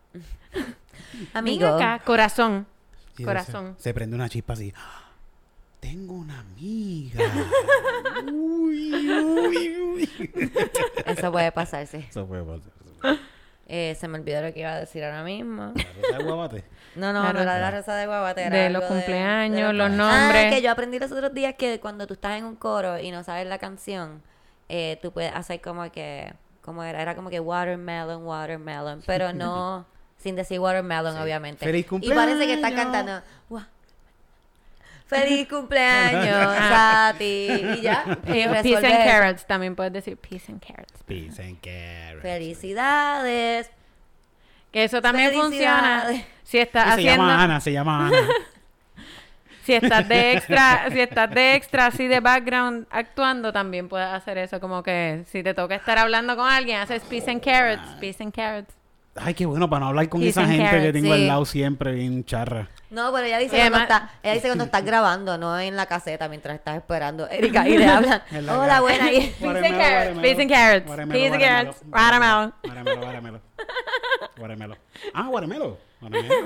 Amigo. Ven acá, corazón. Y Corazón. Se, se prende una chispa así. ¡Ah! Tengo una amiga. Uy, uy, uy. Eso puede pasarse. Eso puede pasar. Eh, se me olvidó lo que iba a decir ahora mismo. ¿La rosa de guabate? No, no, La no era de rosa. la rosa de guabate. Era De algo los cumpleaños, los Ah, nombres. que yo aprendí los otros días que cuando tú estás en un coro y no sabes la canción, eh, tú puedes hacer como que, como era, era como que watermelon, watermelon, pero no sin decir watermelon, Sí. obviamente. ¡Feliz Y parece que estás cumpleaños! cantando. "Wa- Feliz cumpleaños, Sati. Y ya. y Eh, peas resuelves and eso. carrots. También puedes decir peas and carrots. Peace and carrots. Felicidades. Que eso también funciona. Felicidades. Si estás Sí, se haciendo... llama Ana, se llama Ana. Si estás de extra, si estás de extra así de background actuando, también puedes hacer eso. Como que si te toca estar hablando con alguien, haces peas and carrots, peas and carrots. Ay, qué bueno para no hablar con Peas esa and gente que carrots, tengo sí. al lado siempre bien charra. No, pero ella dice, Y cuando además- está, ella dice cuando estás grabando, no en la caseta mientras estás esperando. Erika, y le hablan. En la Hola, cara. buena. Y, Peas and carrots, peas and carrots, peas and carrots, watermelon. Watermelon, watermelon. Watermelon. Ah, watermelon. Watermelon.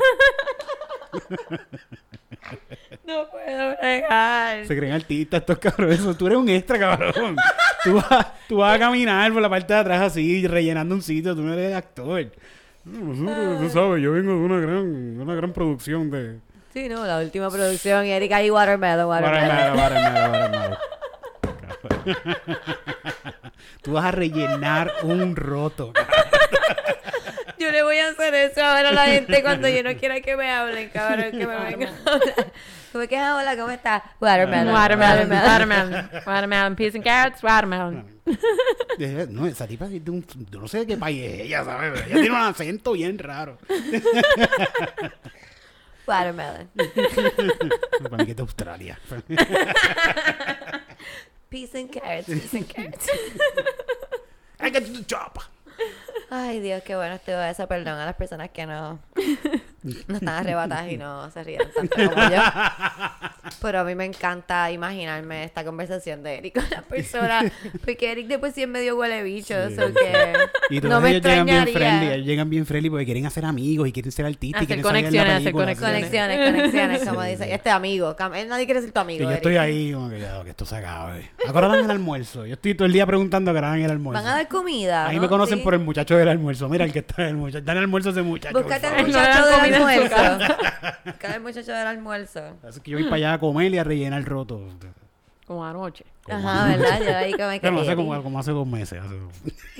No puedo bregar. Se creen artistas estos cabrones. Tú eres un extra, cabrón. Tú vas, tú vas a caminar por la parte de atrás así, rellenando un sitio. Tú no eres actor. No, nosotros, tú sabes, yo vengo de una gran, de una gran producción de... sí, no, la última producción. Y Erika y Watermelon, Watermelon. Watermelon, watermelon, watermelon. Tú vas a rellenar un roto. Yo le voy a hacer eso ahora a la gente cuando yo no quiera que me hablen, cabrón, que me vengan a hablar. ¿Cómo que es? Hola, ¿cómo estás? Watermelon. Watermelon, watermelon, watermelon, peas and carrots, watermelon. Eh, No, esa tipa es de un... Yo no sé de qué país es ella, ¿sabes? Ella tiene un acento bien raro. Watermelon. Para mí que es de Australia. Peas and carrots, peas and carrots. I get to the job. Ay, Dios, qué bueno estuvo eso. Perdón a las personas que no, no están arrebatadas y no se ríen tanto como yo. Pero a mí me encanta imaginarme esta conversación de Eric con la persona. Porque Eric después sí es medio huele bicho. Sí, So sí. que Y todos no me ellos llegan bien extrañaría. friendly. Ellos llegan bien friendly porque quieren hacer amigos y quieren ser artistas. Hacer y quieren salir en la conexiones, hacer película, conexiones. Conexiones, conexiones, como dice. Este amigo. cam- él Nadie quiere ser tu Y amigo, yo Eric. estoy ahí como que, ya, que esto se acabe. Acordan el almuerzo. Yo estoy todo el día preguntando a qué hora dan el almuerzo. Van a dar comida, Ahí ¿no? me conocen Sí. por el muchacho del almuerzo. Mira el que está en el muchacho. Dan el almuerzo a ese muchacho. Búscate por al favor. No le dan muchacho del comida en su almuerzo. Búscate al muchacho del almuerzo. Así que yo voy para allá a comer y a rellenar roto. Como anoche. Ajá, ¿verdad? Yo ahí como que... Pero no sé, Eric. como, como hace dos meses. Hace dos.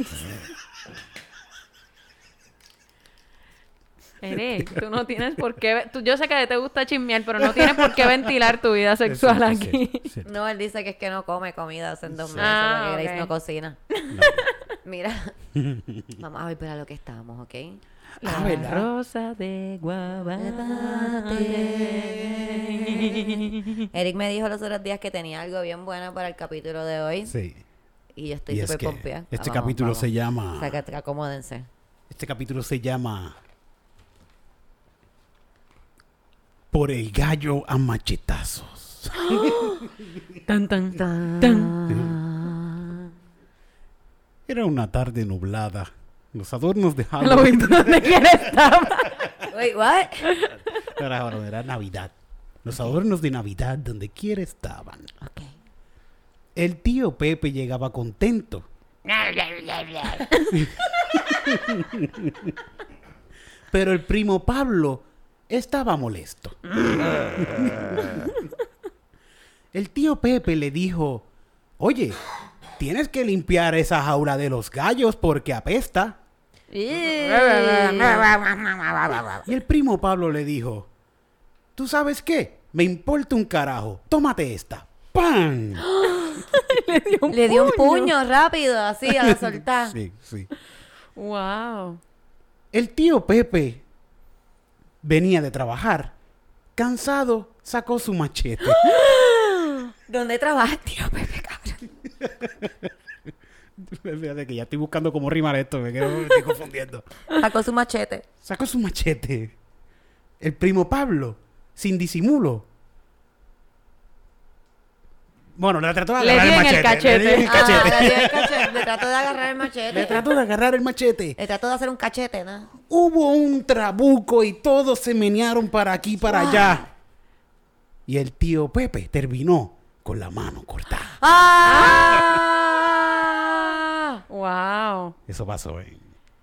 Eric, tú no tienes por qué... ve- Tú, yo sé que te gusta chismear, pero no tienes por qué ventilar tu vida sexual Es aquí. cierto, es cierto. No, él dice que es que no come comida hace dos Sí. meses Ah, porque Grace ok. no cocina. No. Mira, vamos a ver a lo que estamos, ¿ok? La Ah, ¿verdad? rosa de guabate. Eric me dijo los otros días que tenía algo bien bueno para el capítulo de hoy Sí. y yo estoy Y es súper que pompeada. este Vamos, capítulo vamos. se llama... Sácate, acomódense. Este capítulo se llama... Por el gallo a machetazos. Tan, tan, Tan. tan. Era una tarde nublada. Los adornos de Lo Halloween... vi donde quiera estaba. Wait, what? Era, ahora era Navidad. Los adornos de Navidad donde quiera estaban. Ok. El tío Pepe llegaba contento. Pero el primo Pablo estaba molesto. El tío Pepe le dijo, oye, tienes que limpiar esa jaula de los gallos porque apesta. Y el primo Pablo le dijo, ¿tú sabes qué? Me importa un carajo. Tómate esta. ¡Pam! Le dio un puño rápido, así, a la soltar. Sí, sí. Wow. El tío Pepe venía de trabajar. Cansado, sacó su machete. ¿Dónde trabaja el tío Pepe, cabrón? Fíjate que ya estoy buscando cómo rimar esto, me, quedo, me estoy confundiendo. Sacó su machete. Sacó su machete. El primo Pablo, sin disimulo, Bueno, le trató de Le agarrar di el en el machete. Le di en el cachete. Ah, cachete. le, dio el cachete. Le trató de agarrar el machete. Le trató de agarrar el machete. Le trató de hacer un cachete, ¿no? Hubo un trabuco y todos se menearon para aquí, para allá. Y el tío Pepe terminó con la mano cortada. ¡Ah! Wow. Eso pasó, ¿eh?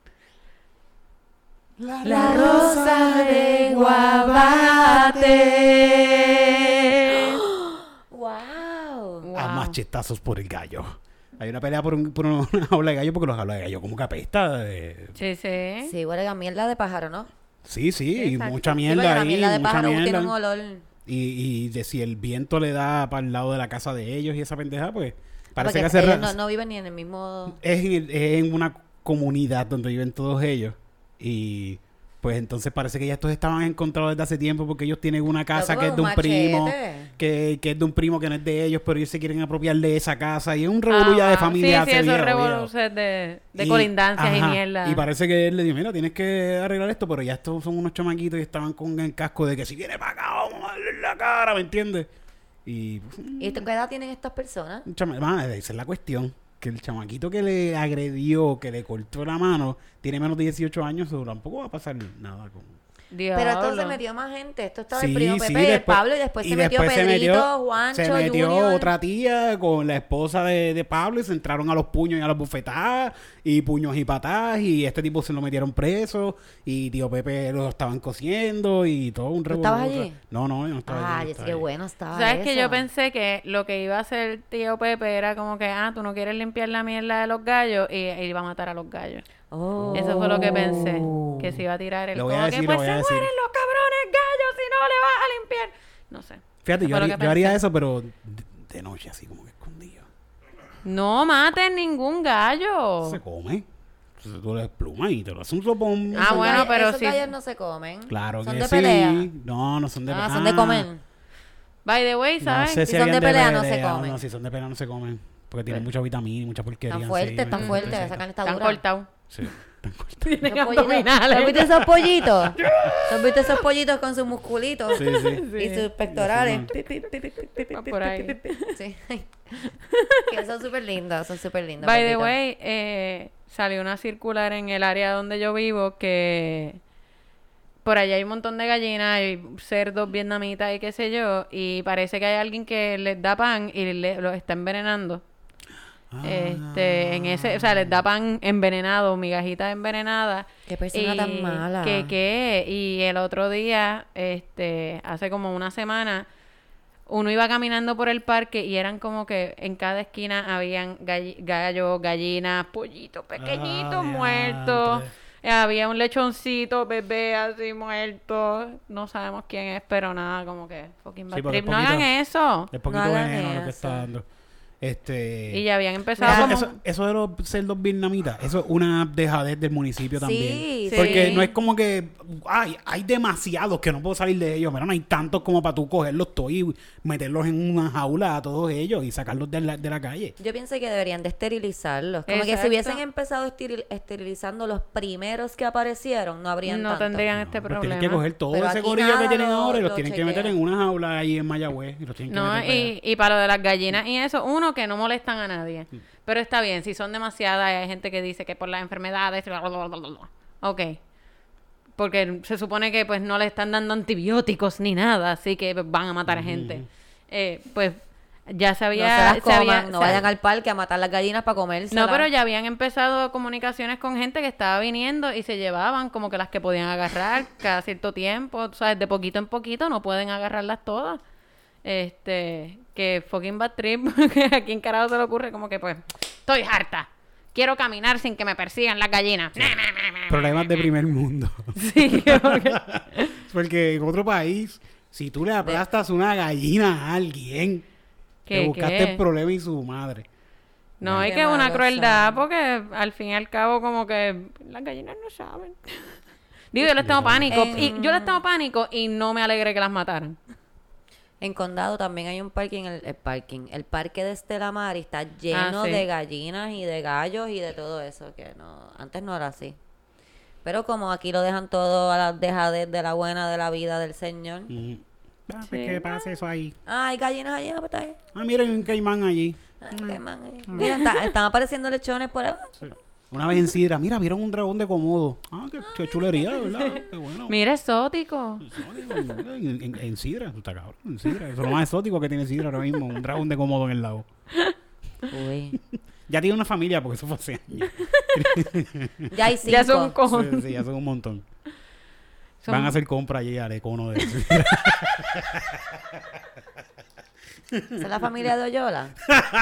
La rosa de Guabate. ¡Wow! A Wow. machetazos por el gallo. Hay una pelea por, un, por una jaula de gallo porque los jaulas de gallo como que apesta. de- Sí, sí. Sí, huele a mierda de pájaro, ¿no? Sí, sí, y Exacto. mucha Sí, porque mierda la ahí, mierda de mucha pájaro mierda. tiene un olor. Y, y de si el viento le da para el lado de la casa de ellos y esa pendeja, pues parece Porque que hace ellos ra- no, no viven ni en el mismo... es, en, el- es en una comunidad donde viven todos ellos. Y pues entonces parece que ya estos estaban encontrados desde hace tiempo porque ellos tienen una casa Loco, que es de un un primo, machete. que, que es de un primo que no es de ellos, pero ellos se quieren apropiar de esa casa. Y es un revolú ya de Ah, familia. Sí, sí, hace esos viejo, viejo. revoluciones de, de Y- colindancias y ajá, mierda. Y parece que él le dijo, mira, tienes que arreglar esto, pero ya estos son unos chamaquitos y estaban con el casco de que si viene para acá, vamos a darle en la cara, ¿me entiendes? Y pues, ¿Y esto qué edad tienen estas personas? un chama- ma, esa es la cuestión. Que el chamaquito que le agredió, que le cortó la mano, tiene menos de dieciocho años, so tampoco va a pasar nada con... Diablo. Pero entonces metió más gente. Esto estaba Sí, el primo sí, Pepe y el después- Pablo y después y se metió después se Pedrito, metió- Juancho, Se metió Junior. otra tía con la esposa de, de Pablo y se entraron a los puños y a las bufetadas y puños y patadas y este tipo se lo metieron preso y tío Pepe lo estaban cosiendo y todo un ¿Tú estabas revolú. allí? No, no, yo no estaba allí. Ah, no ya estaba qué allí. bueno estaba ¿Sabes que eso. yo pensé que lo que iba a hacer el tío Pepe era como que, ah, tú no quieres limpiar la mierda de los gallos y, y iba a matar a los gallos? Oh. Eso fue lo que pensé, que se iba a tirar el Lo voy a como decir, que lo pues voy se a decir. mueren los cabrones gallos si no le vas a limpiar. No sé. Fíjate, Eso yo fue lo haría, que yo haría pensé. eso, pero de, de noche, así como que escondido. No maten ningún gallo. Se come. Entonces tú le plumas y te lo haces un sopón. Ah, Esos bueno, gallos- pero esos sí. gallos no se comen. Claro Son que de sí. pelea. No, no son de Ah, pelea. son de comer. By the way, No ¿sabes? sé Si si son de habían pelea, no se No, comen. no, si son de pelea no se comen. Porque tienen Sí. mucha vitamina y mucha porquería. Tan fuerte, encima, tan y fuerte. cosas Esa carne está Están dura. cortados. Sí, están cortados. Tienen Esos pollitos- abdominales. ¿Has visto esos pollitos? ¿Has visto esos pollitos con sus musculitos? Sí, sí. Y sus pectorales. Va por ahí. Sí. Que son súper lindos, son súper lindos. By the perritos. way, eh, salió una circular en el área donde yo vivo que por allá hay un montón de gallinas, hay cerdos vietnamitas y qué sé yo, y parece que hay alguien que les da pan y le- los está envenenando. Este, en ese, o sea, les da pan envenenado, migajitas envenenadas. Qué persona tan Y mala. Que, que, y el otro día, este, hace como una semana, uno iba caminando por el parque y eran como que en cada esquina habían galli- gallos, gallinas, pollitos pequeñitos Ah, muertos. diantre. Eh, Había un lechoncito, bebé así muerto. No sabemos quién es, pero nada, como que fucking bad Sí, porque trip. es No hagan poquito- eso. Es poquito No hagan veneno lo que eso. está dando. Este... Y ya habían empezado Eso, como... eso, eso de los cerdos vietnamitas, eso es una dejadez del municipio también. Sí, Porque sí. no es como que ay, hay demasiados que no puedo salir de ellos. Pero no hay tantos como para tú cogerlos todos y meterlos en una jaula a todos ellos y sacarlos de la, de la calle. Yo pienso que deberían de esterilizarlos. Como que si Exacto. hubiesen empezado esteril- esterilizando los primeros que aparecieron, no habrían No tanto. tendrían este Pues problema. tienen que coger todo Pero ese aquí corillo nada que tienen lo- ahora y los lo tienen que meter chequean. en una jaula ahí en Mayagüez y los tienen que No, meter para allá. y, y para lo de las gallinas y eso, uno, que no molestan a nadie. Pero está bien, si son demasiadas, hay gente que dice que por las enfermedades, bla, bla, bla, bla, bla. Ok. Porque se supone que pues no le están dando antibióticos ni nada, así que pues, van a matar a gente. Eh, pues ya se No había... se las se coman, había- no se- vayan al parque a matar las gallinas para comerse. No, pero ya habían empezado comunicaciones con gente que estaba viniendo y se llevaban como que las que podían agarrar cada cierto tiempo. O sea, de poquito en poquito no pueden agarrarlas todas. Este, que fucking bad trip. ¿A quién carajo se le ocurre? Como que pues, estoy harta. Quiero caminar sin que me persigan las gallinas. Problemas de primer mundo. Sí, como que- Porque en otro país, si tú le aplastas una gallina a alguien, ¿Qué, te buscaste qué? el problema y su madre. No, hay Qué que una malos crueldad son. porque al fin y al cabo como que las gallinas no saben. Digo, yo les tengo pánico. En- Y yo les tengo pánico y no me alegré que las mataran. En Condado también hay un parking, el, el parking, el parque de Estela Mar y está lleno Ah, sí. de gallinas y de gallos y de todo eso, que no, antes no era así. Pero como aquí lo dejan todo a la dejadez de la buena de la vida del Señor, Ujú. Ah, Sí. pues que pase eso ahí. Ay, gallinas allí, pues, está ahí. Ah, miren un caimán allí. Ay, qué man, ahí. Mira, está- están apareciendo lechones por ahí. Una vez en Sidra, mira, vieron un dragón de Komodo. Ah, qué, qué chulería, ¿verdad? Qué bueno. Mira, exótico. En, en, en Sidra, tú estás cabrón. En Sidra. Eso es lo más exótico que tiene Sidra ahora mismo. Un dragón de Komodo en el lago. Uy. Ya tiene una familia porque eso fue hace años. Ya hay cinco. Ya son un cojón. Sí, sí, ya son un montón. Son- Van a hacer compra allí al econo de Sidra. ¿Esa es la familia de Oyola?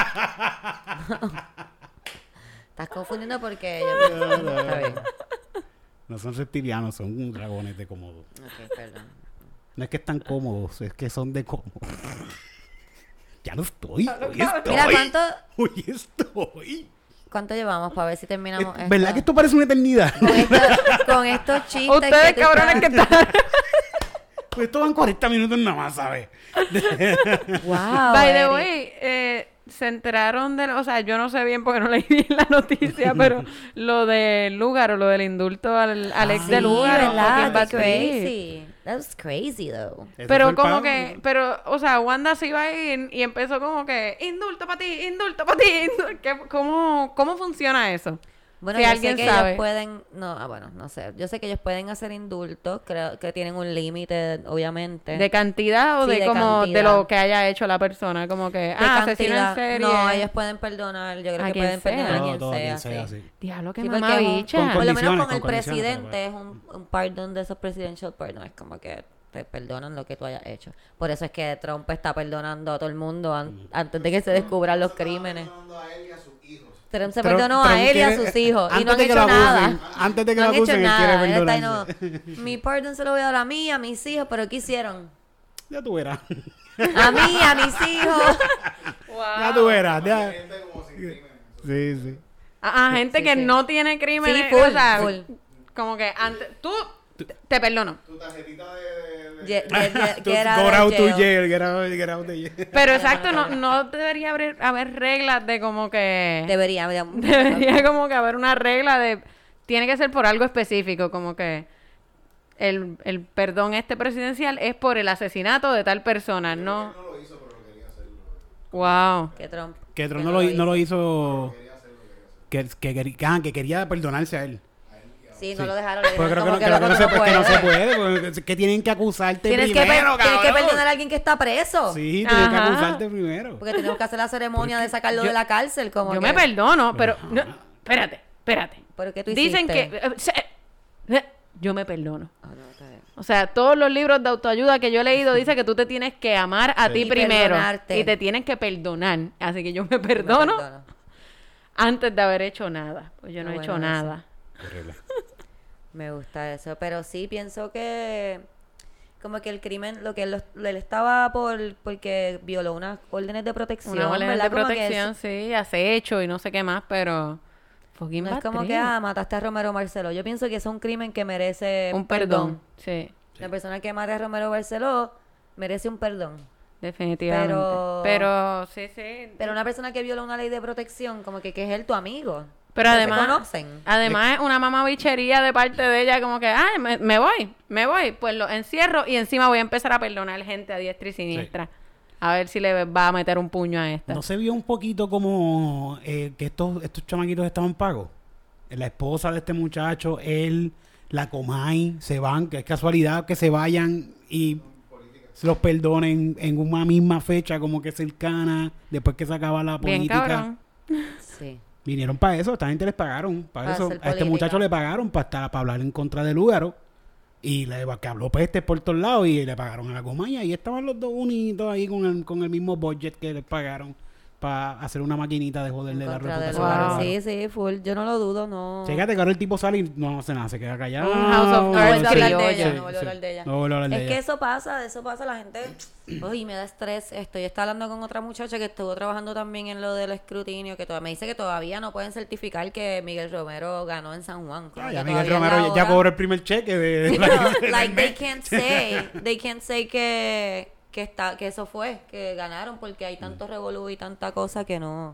Estás confundiendo porque yo... Está bien. No son reptilianos, son dragones de Komodo. Ok, perdón. No es que están cómodos, es que son de cómodo. Ya no estoy. Hoy estoy. Mira, ¿cuánto, Hoy estoy. cuánto llevamos para ver si terminamos Eh, esto? ¿Verdad que esto parece una eternidad? Con, esto- con estos chistes Ustedes, que tú cabrones, que estás- están... Pues esto van cuarenta minutos nada más, ¿sabes? Wow, By the Eric. way, eh, se enteraron de... O sea, yo no sé bien porque no leí bien la noticia, pero lo del lugar o lo del indulto al, al ex Sí, de lugar. ¿verdad? Qué crazy. That was crazy, though. Ese fue Pero el como pago. que, pero, o sea, Wanda se iba a ir y empezó como que, indulto para ti, indulto para ti, indulto. ¿Qué- ¿Cómo, ¿Cómo funciona eso? Bueno, Si yo alguien sé que sabe. ellos pueden... No, ah, bueno, no sé. Yo sé que ellos pueden hacer indultos. Creo que tienen un límite, obviamente. ¿De cantidad o Sí, de, de como de cantidad. lo que haya hecho la persona? Como que, De ah, asesino en cantidad. serie. No, ellos pueden perdonar. Yo creo A que quien pueden sea. perdonar a Todo, quien todo, sea. quien sea, sí. sí. Diablo, qué Sí, porque mamabicha. con Por lo menos condiciones, con el con condiciones, presidente es un, un pardon de esos presidential pardon. Es como que te perdonan lo que tú hayas hecho. Por eso es que Trump está perdonando a todo el mundo an- Mm. antes de que se descubran los crímenes. Trump se Trump- perdonó Trump a él y a quiere- sus hijos. Y antes no han de que hecho lo acusen, nada. antes de que No lo han hecho acusen, él quiere nada. Él está ahí, no, perdonarse. mi pardon se lo voy a dar a mí, a mis hijos, pero ¿qué hicieron? Ya tú verás. A mí, a mis hijos. Ya tú verás. ya. Sí, sí. A, a gente sí, que sí. no tiene crímenes. Sí, full, o sea, full. como que antes, tú, te perdono. Ye- ye- ye- Tú- get out Go of out to jail. jail, get out, get out de jail. Pero exacto, no, no debería haber, haber reglas de como que... Debería, debería. Debería como que haber una regla de... Tiene que ser por algo específico, como que el, el perdón este presidencial es por el asesinato de tal persona, no... Wow. Que Trump. Que Trump que no lo, no lo hizo. Que, que, quería- ah, que quería perdonarse a él. Sí, no lo dejaron. Le Pues dijeron creo que, como no, que creo que, no, loco, se, tú no que no se puedes. puede. porque que tienen que acusarte Tienes que, per- primero, tienes que cabrón. perdonar a alguien que está preso. Sí, tienen que Ajá. acusarte primero. Porque tenemos que hacer la ceremonia de sacarlo yo- de la cárcel. Como Yo que- me perdono, pero... no, espérate, espérate. ¿Pero qué tú Dicen hiciste? que... eh, se- eh, yo me perdono. Ah, no, está bien. O sea, todos los libros de autoayuda que yo he leído dicen que tú te tienes que amar a Sí. ti Y primero. perdonarte. Y te tienes que perdonar. Así que yo me Me perdono perdono. antes de haber hecho nada. Pues yo no Ah, he bueno, hecho eso. nada. Horrible. Me gusta eso. Pero sí, pienso que... Como que el crimen, lo que él, él estaba por... Porque violó unas órdenes de protección, Una orden de ¿verdad? Como que protección, es- sí, acecho y no sé qué más, pero... Fucking no es bad como trip. que, ah, mataste a Romero Barceló. Yo pienso que es un crimen que merece Un perdón. Sí, La persona que mate a Romero Barceló merece un perdón. definitivamente. Pero- Pero, sí, sí. Pero una persona que viola una ley de protección, como que, que es él tu amigo. Pero No además, se conocen. además es una mamabichería de parte de ella, como que, ay, me, me voy, me voy, pues lo encierro y encima voy a empezar a perdonar gente a diestra y siniestra. A ver si le va a meter un puño a esta. ¿No se vio un poquito como eh, que estos, estos chamaquitos estaban pagos? La esposa de este muchacho, él, la Comay, se van, que es casualidad que se vayan y se los perdonen en una misma fecha como que cercana, después que se acaba la Bien política. cabrón. Sí. Vinieron para eso, esta gente les pagaron. Para, Para eso, hacer a este política. muchacho le pagaron para, estar, para hablar en contra de Lugaro. Y le que habló peste por todos lados y le pagaron a la Comay. Y estaban los dos unidos ahí con el, con el mismo budget que les pagaron para hacer una maquinita de joderle En la contra de reputación. Wow. a Lugaro. Sí, sí, full. Yo no lo dudo, no. Fíjate que ahora el tipo sale y no hace nada, se queda callado. Un House of No Cards vuelvo a hablar de criollo. ella, Sí, no vuelvo a sí. hablar de ella. No vuelvo a hablar de Es ella. que eso pasa, de eso pasa la gente. Uy, me da estrés esto. Yo estaba hablando con otra muchacha que estuvo trabajando también en lo del escrutinio, que todavía me dice que todavía no pueden certificar que Miguel Romero ganó en San Juan. como Ah, que ya Miguel todavía es Romero la ya hora. cobró el primer cheque de, de No, la- like they can't say, they can't say que que está que eso fue, que ganaron porque hay tanto revolú y tanta cosa que no.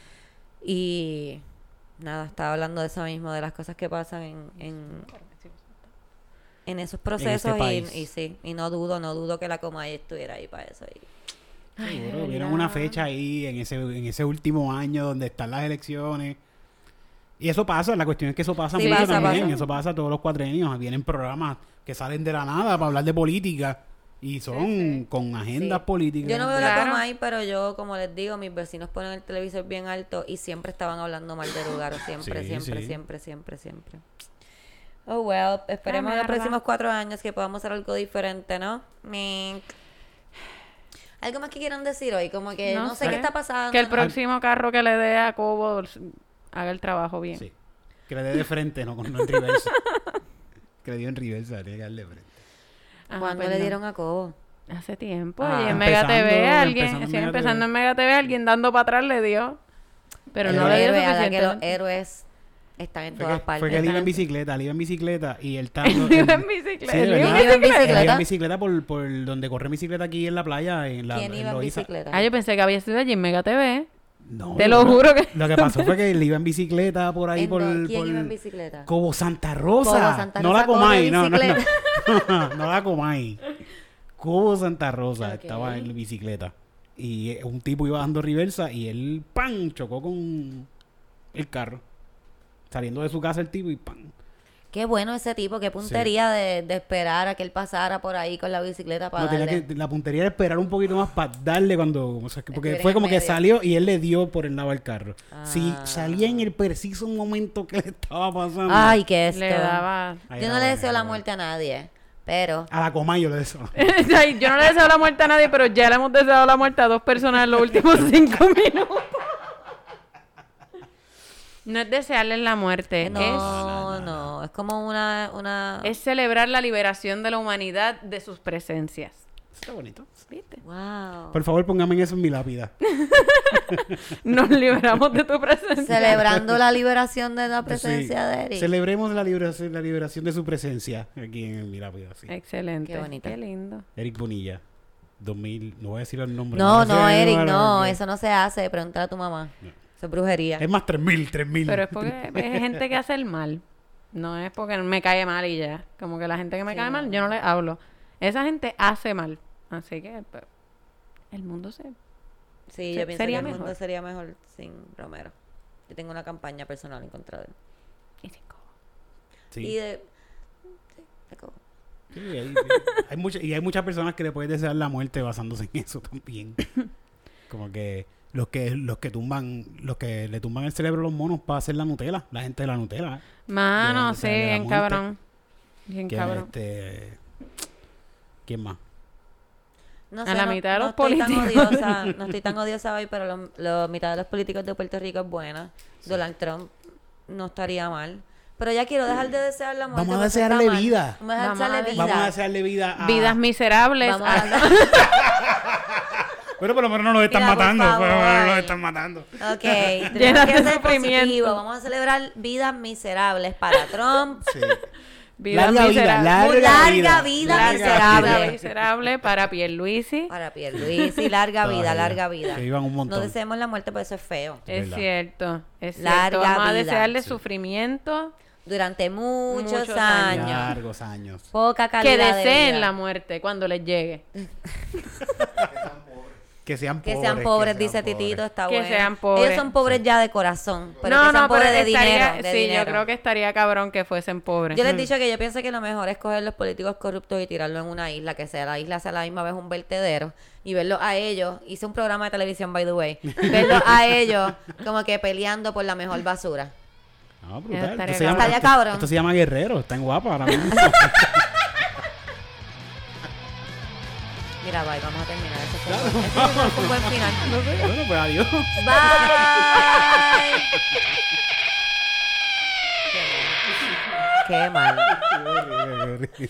Y nada, estaba hablando de eso mismo, de las cosas que pasan en, en en esos procesos y, país. y sí, y no dudo, no dudo que la Comay estuviera ahí para eso. Y... Ay, Seguro, de vieron verdad. una fecha ahí en ese, en ese último año donde están las elecciones. Y eso pasa, la cuestión es que eso pasa Sí, mucho pasa, también. pasa. Eso pasa todos los cuatrenios. Vienen programas que salen de la nada para hablar de política y son Sí, sí. con agendas Sí. políticas. Yo no veo Claro. la Comay, pero yo, como les digo, mis vecinos ponen el televisor bien alto y siempre estaban hablando mal de Lugaro. Siempre, Sí, siempre, sí. siempre, siempre, siempre. Oh, well. Esperemos Ah, en los mierda. próximos cuatro años que podamos hacer algo diferente, ¿no? Mink. ¿Algo más que quieran decir hoy? Como que no, sé sé. qué está pasando. Que el ¿no? próximo carro que le dé a Cobo haga el trabajo bien. Sí. Que le dé de frente, no, no en reversa. Que le dio en reversa, tiene que darle de frente. Ajá, ¿Cuándo pues le no. dieron a Cobo? Hace tiempo. Ah, y en Mega T V empezando- alguien, empezando en sí, Mega empezando T V. en Mega T V alguien dando para atrás le dio. Pero no Los le dio héroes, a la que suficiente. los héroes están en Fue todas que, partes. fue que él iba en Exactamente. bicicleta, él iba en bicicleta y él está... Él iba en bicicleta. Sí, de Él iba en verdad. iba en bicicleta. Él iba en bicicleta por, por donde corre bicicleta aquí en la playa. En la, ¿Quién en iba en Loíza. bicicleta? Ah, yo pensé que había sido allí en Mega T V. No, Te no, lo no. juro que... Lo que pasó fue que él iba en bicicleta por ahí ¿En por... dónde? ¿Quién por iba en bicicleta? Cobo Santa Rosa. Cobo Santa No Rosa la corre Comay, no, no, no. bicicleta. No la Comay. Cobo Santa Rosa Ok. estaba en bicicleta. Y eh, un tipo iba dando reversa y él, ¡pam!, chocó con el carro. Saliendo de su casa el tipo y ¡pam! Qué bueno ese tipo, qué puntería de, de esperar a que él pasara por ahí con la bicicleta para No, tenía darle. que, la puntería era esperar un poquito más para darle cuando... O sea, que- porque Estuviera fue en como que medio. salió y él le dio por el lado del carro. Si Ah. salía en el preciso momento que le estaba pasando... Ay, qué esto. Le daba... Ahí Yo era no le bueno, deseo era la bueno. muerte a nadie, pero A la Comay yo le deseo. Ay, yo no le deseo la muerte a nadie, pero ya le hemos deseado la muerte a dos personas en los últimos cinco minutos. No es desearles la muerte, no, no, no, es como una, una... es, es celebrar la liberación de la humanidad de sus presencias. Está bonito. ¿Viste? Wow. Por favor, póngame eso en mi lápida. Nos liberamos de tu presencia. Celebrando la liberación de la presencia Sí. de Eric. Celebremos la liberación, la liberación de su presencia aquí en mi lápida. Sí. Excelente. Qué bonito. Qué lindo. Eric Bonilla. dos mil. No voy a decir el nombre. No, sé, no, Eric, bueno, no, porque- eso no se hace. Pregúntale a tu mamá. Eso es brujería. Es más, tres mil, tres mil. Pero es porque es gente que hace el mal. No es porque me cae mal y ya. Como que la gente que me Sí, cae no. mal, yo no le hablo. Esa gente hace mal. Así que pues, el mundo se... Sí, se- yo pienso sería que el mundo mejor. sería mejor sin Romero. Yo tengo una campaña personal en contra de él. y sin cobo. Sí. Y de... Sí, de Cobo. Sí, hay, hay mucha- y hay muchas personas que le pueden desear la muerte basándose en eso también. Como que los que los que tumban los que le tumban el cerebro a los monos para hacer la Nutella, la gente de la Nutella, ¿eh? Mano, De- sí, de la bien muerte. cabrón. Bien Que, cabrón. este, ¿quién más? No A la no- mitad de no los estoy tan políticos. odiosa, no estoy tan odiosa hoy, pero la lo, mitad de los políticos de Puerto Rico es buena. Donald Trump no estaría mal. Pero ya quiero dejar de desear la muerte. Vamos a porque está desearle mal. vida. Vamos a Vamos desearle a vida. Vamos a desearle vida a Vidas miserables. Vamos a- a dar- Bueno, por lo menos no los están Mira, por matando, por lo menos favor. los están matando. Ok, tenemos Llenas que de ser sufrimiento. positivos. Vamos a celebrar vidas miserables para Trump. Sí. Vidas Larga vida, miserables. larga, Muy larga vida. vida Larga miserable. vida miserable para Pierluisi. Para Pierluisi, larga vida, Todavía. larga vida. Que vivan un montón. No deseemos la muerte porque eso es feo. Es Es verdad. cierto, es cierto. Larga Vamos a vida. desearle Sí. sufrimiento, Durante muchos, Muchos años. años. Largos años. Poca calidad que de deseen vida. la muerte cuando les llegue. Que sean pobres. Que sean pobres, sean dice pobres. Titito, está Que bueno. sean pobres. Ellos son pobres ya de corazón, pero no, que sean no, pero pobres de estaría, dinero. de sí, dinero. yo creo que estaría cabrón que fuesen pobres. Yo les he dicho que yo pienso que lo mejor es coger los políticos corruptos y tirarlo en una isla, que sea la isla sea a la misma vez un vertedero, y verlos a ellos, hice un programa de televisión, by the way, verlos a ellos como que peleando por la mejor basura. No, Eso brutal. estaría Esto se llama, cabrón. esto- Cabrón. esto se llama Guerrero. Están guapas ahora mismo. Mira, bye, vamos a terminar. Ese fue, un, buen- ese fue un buen final. Bueno, pues adiós. Bye. Qué mal. Qué horrible, qué horrible.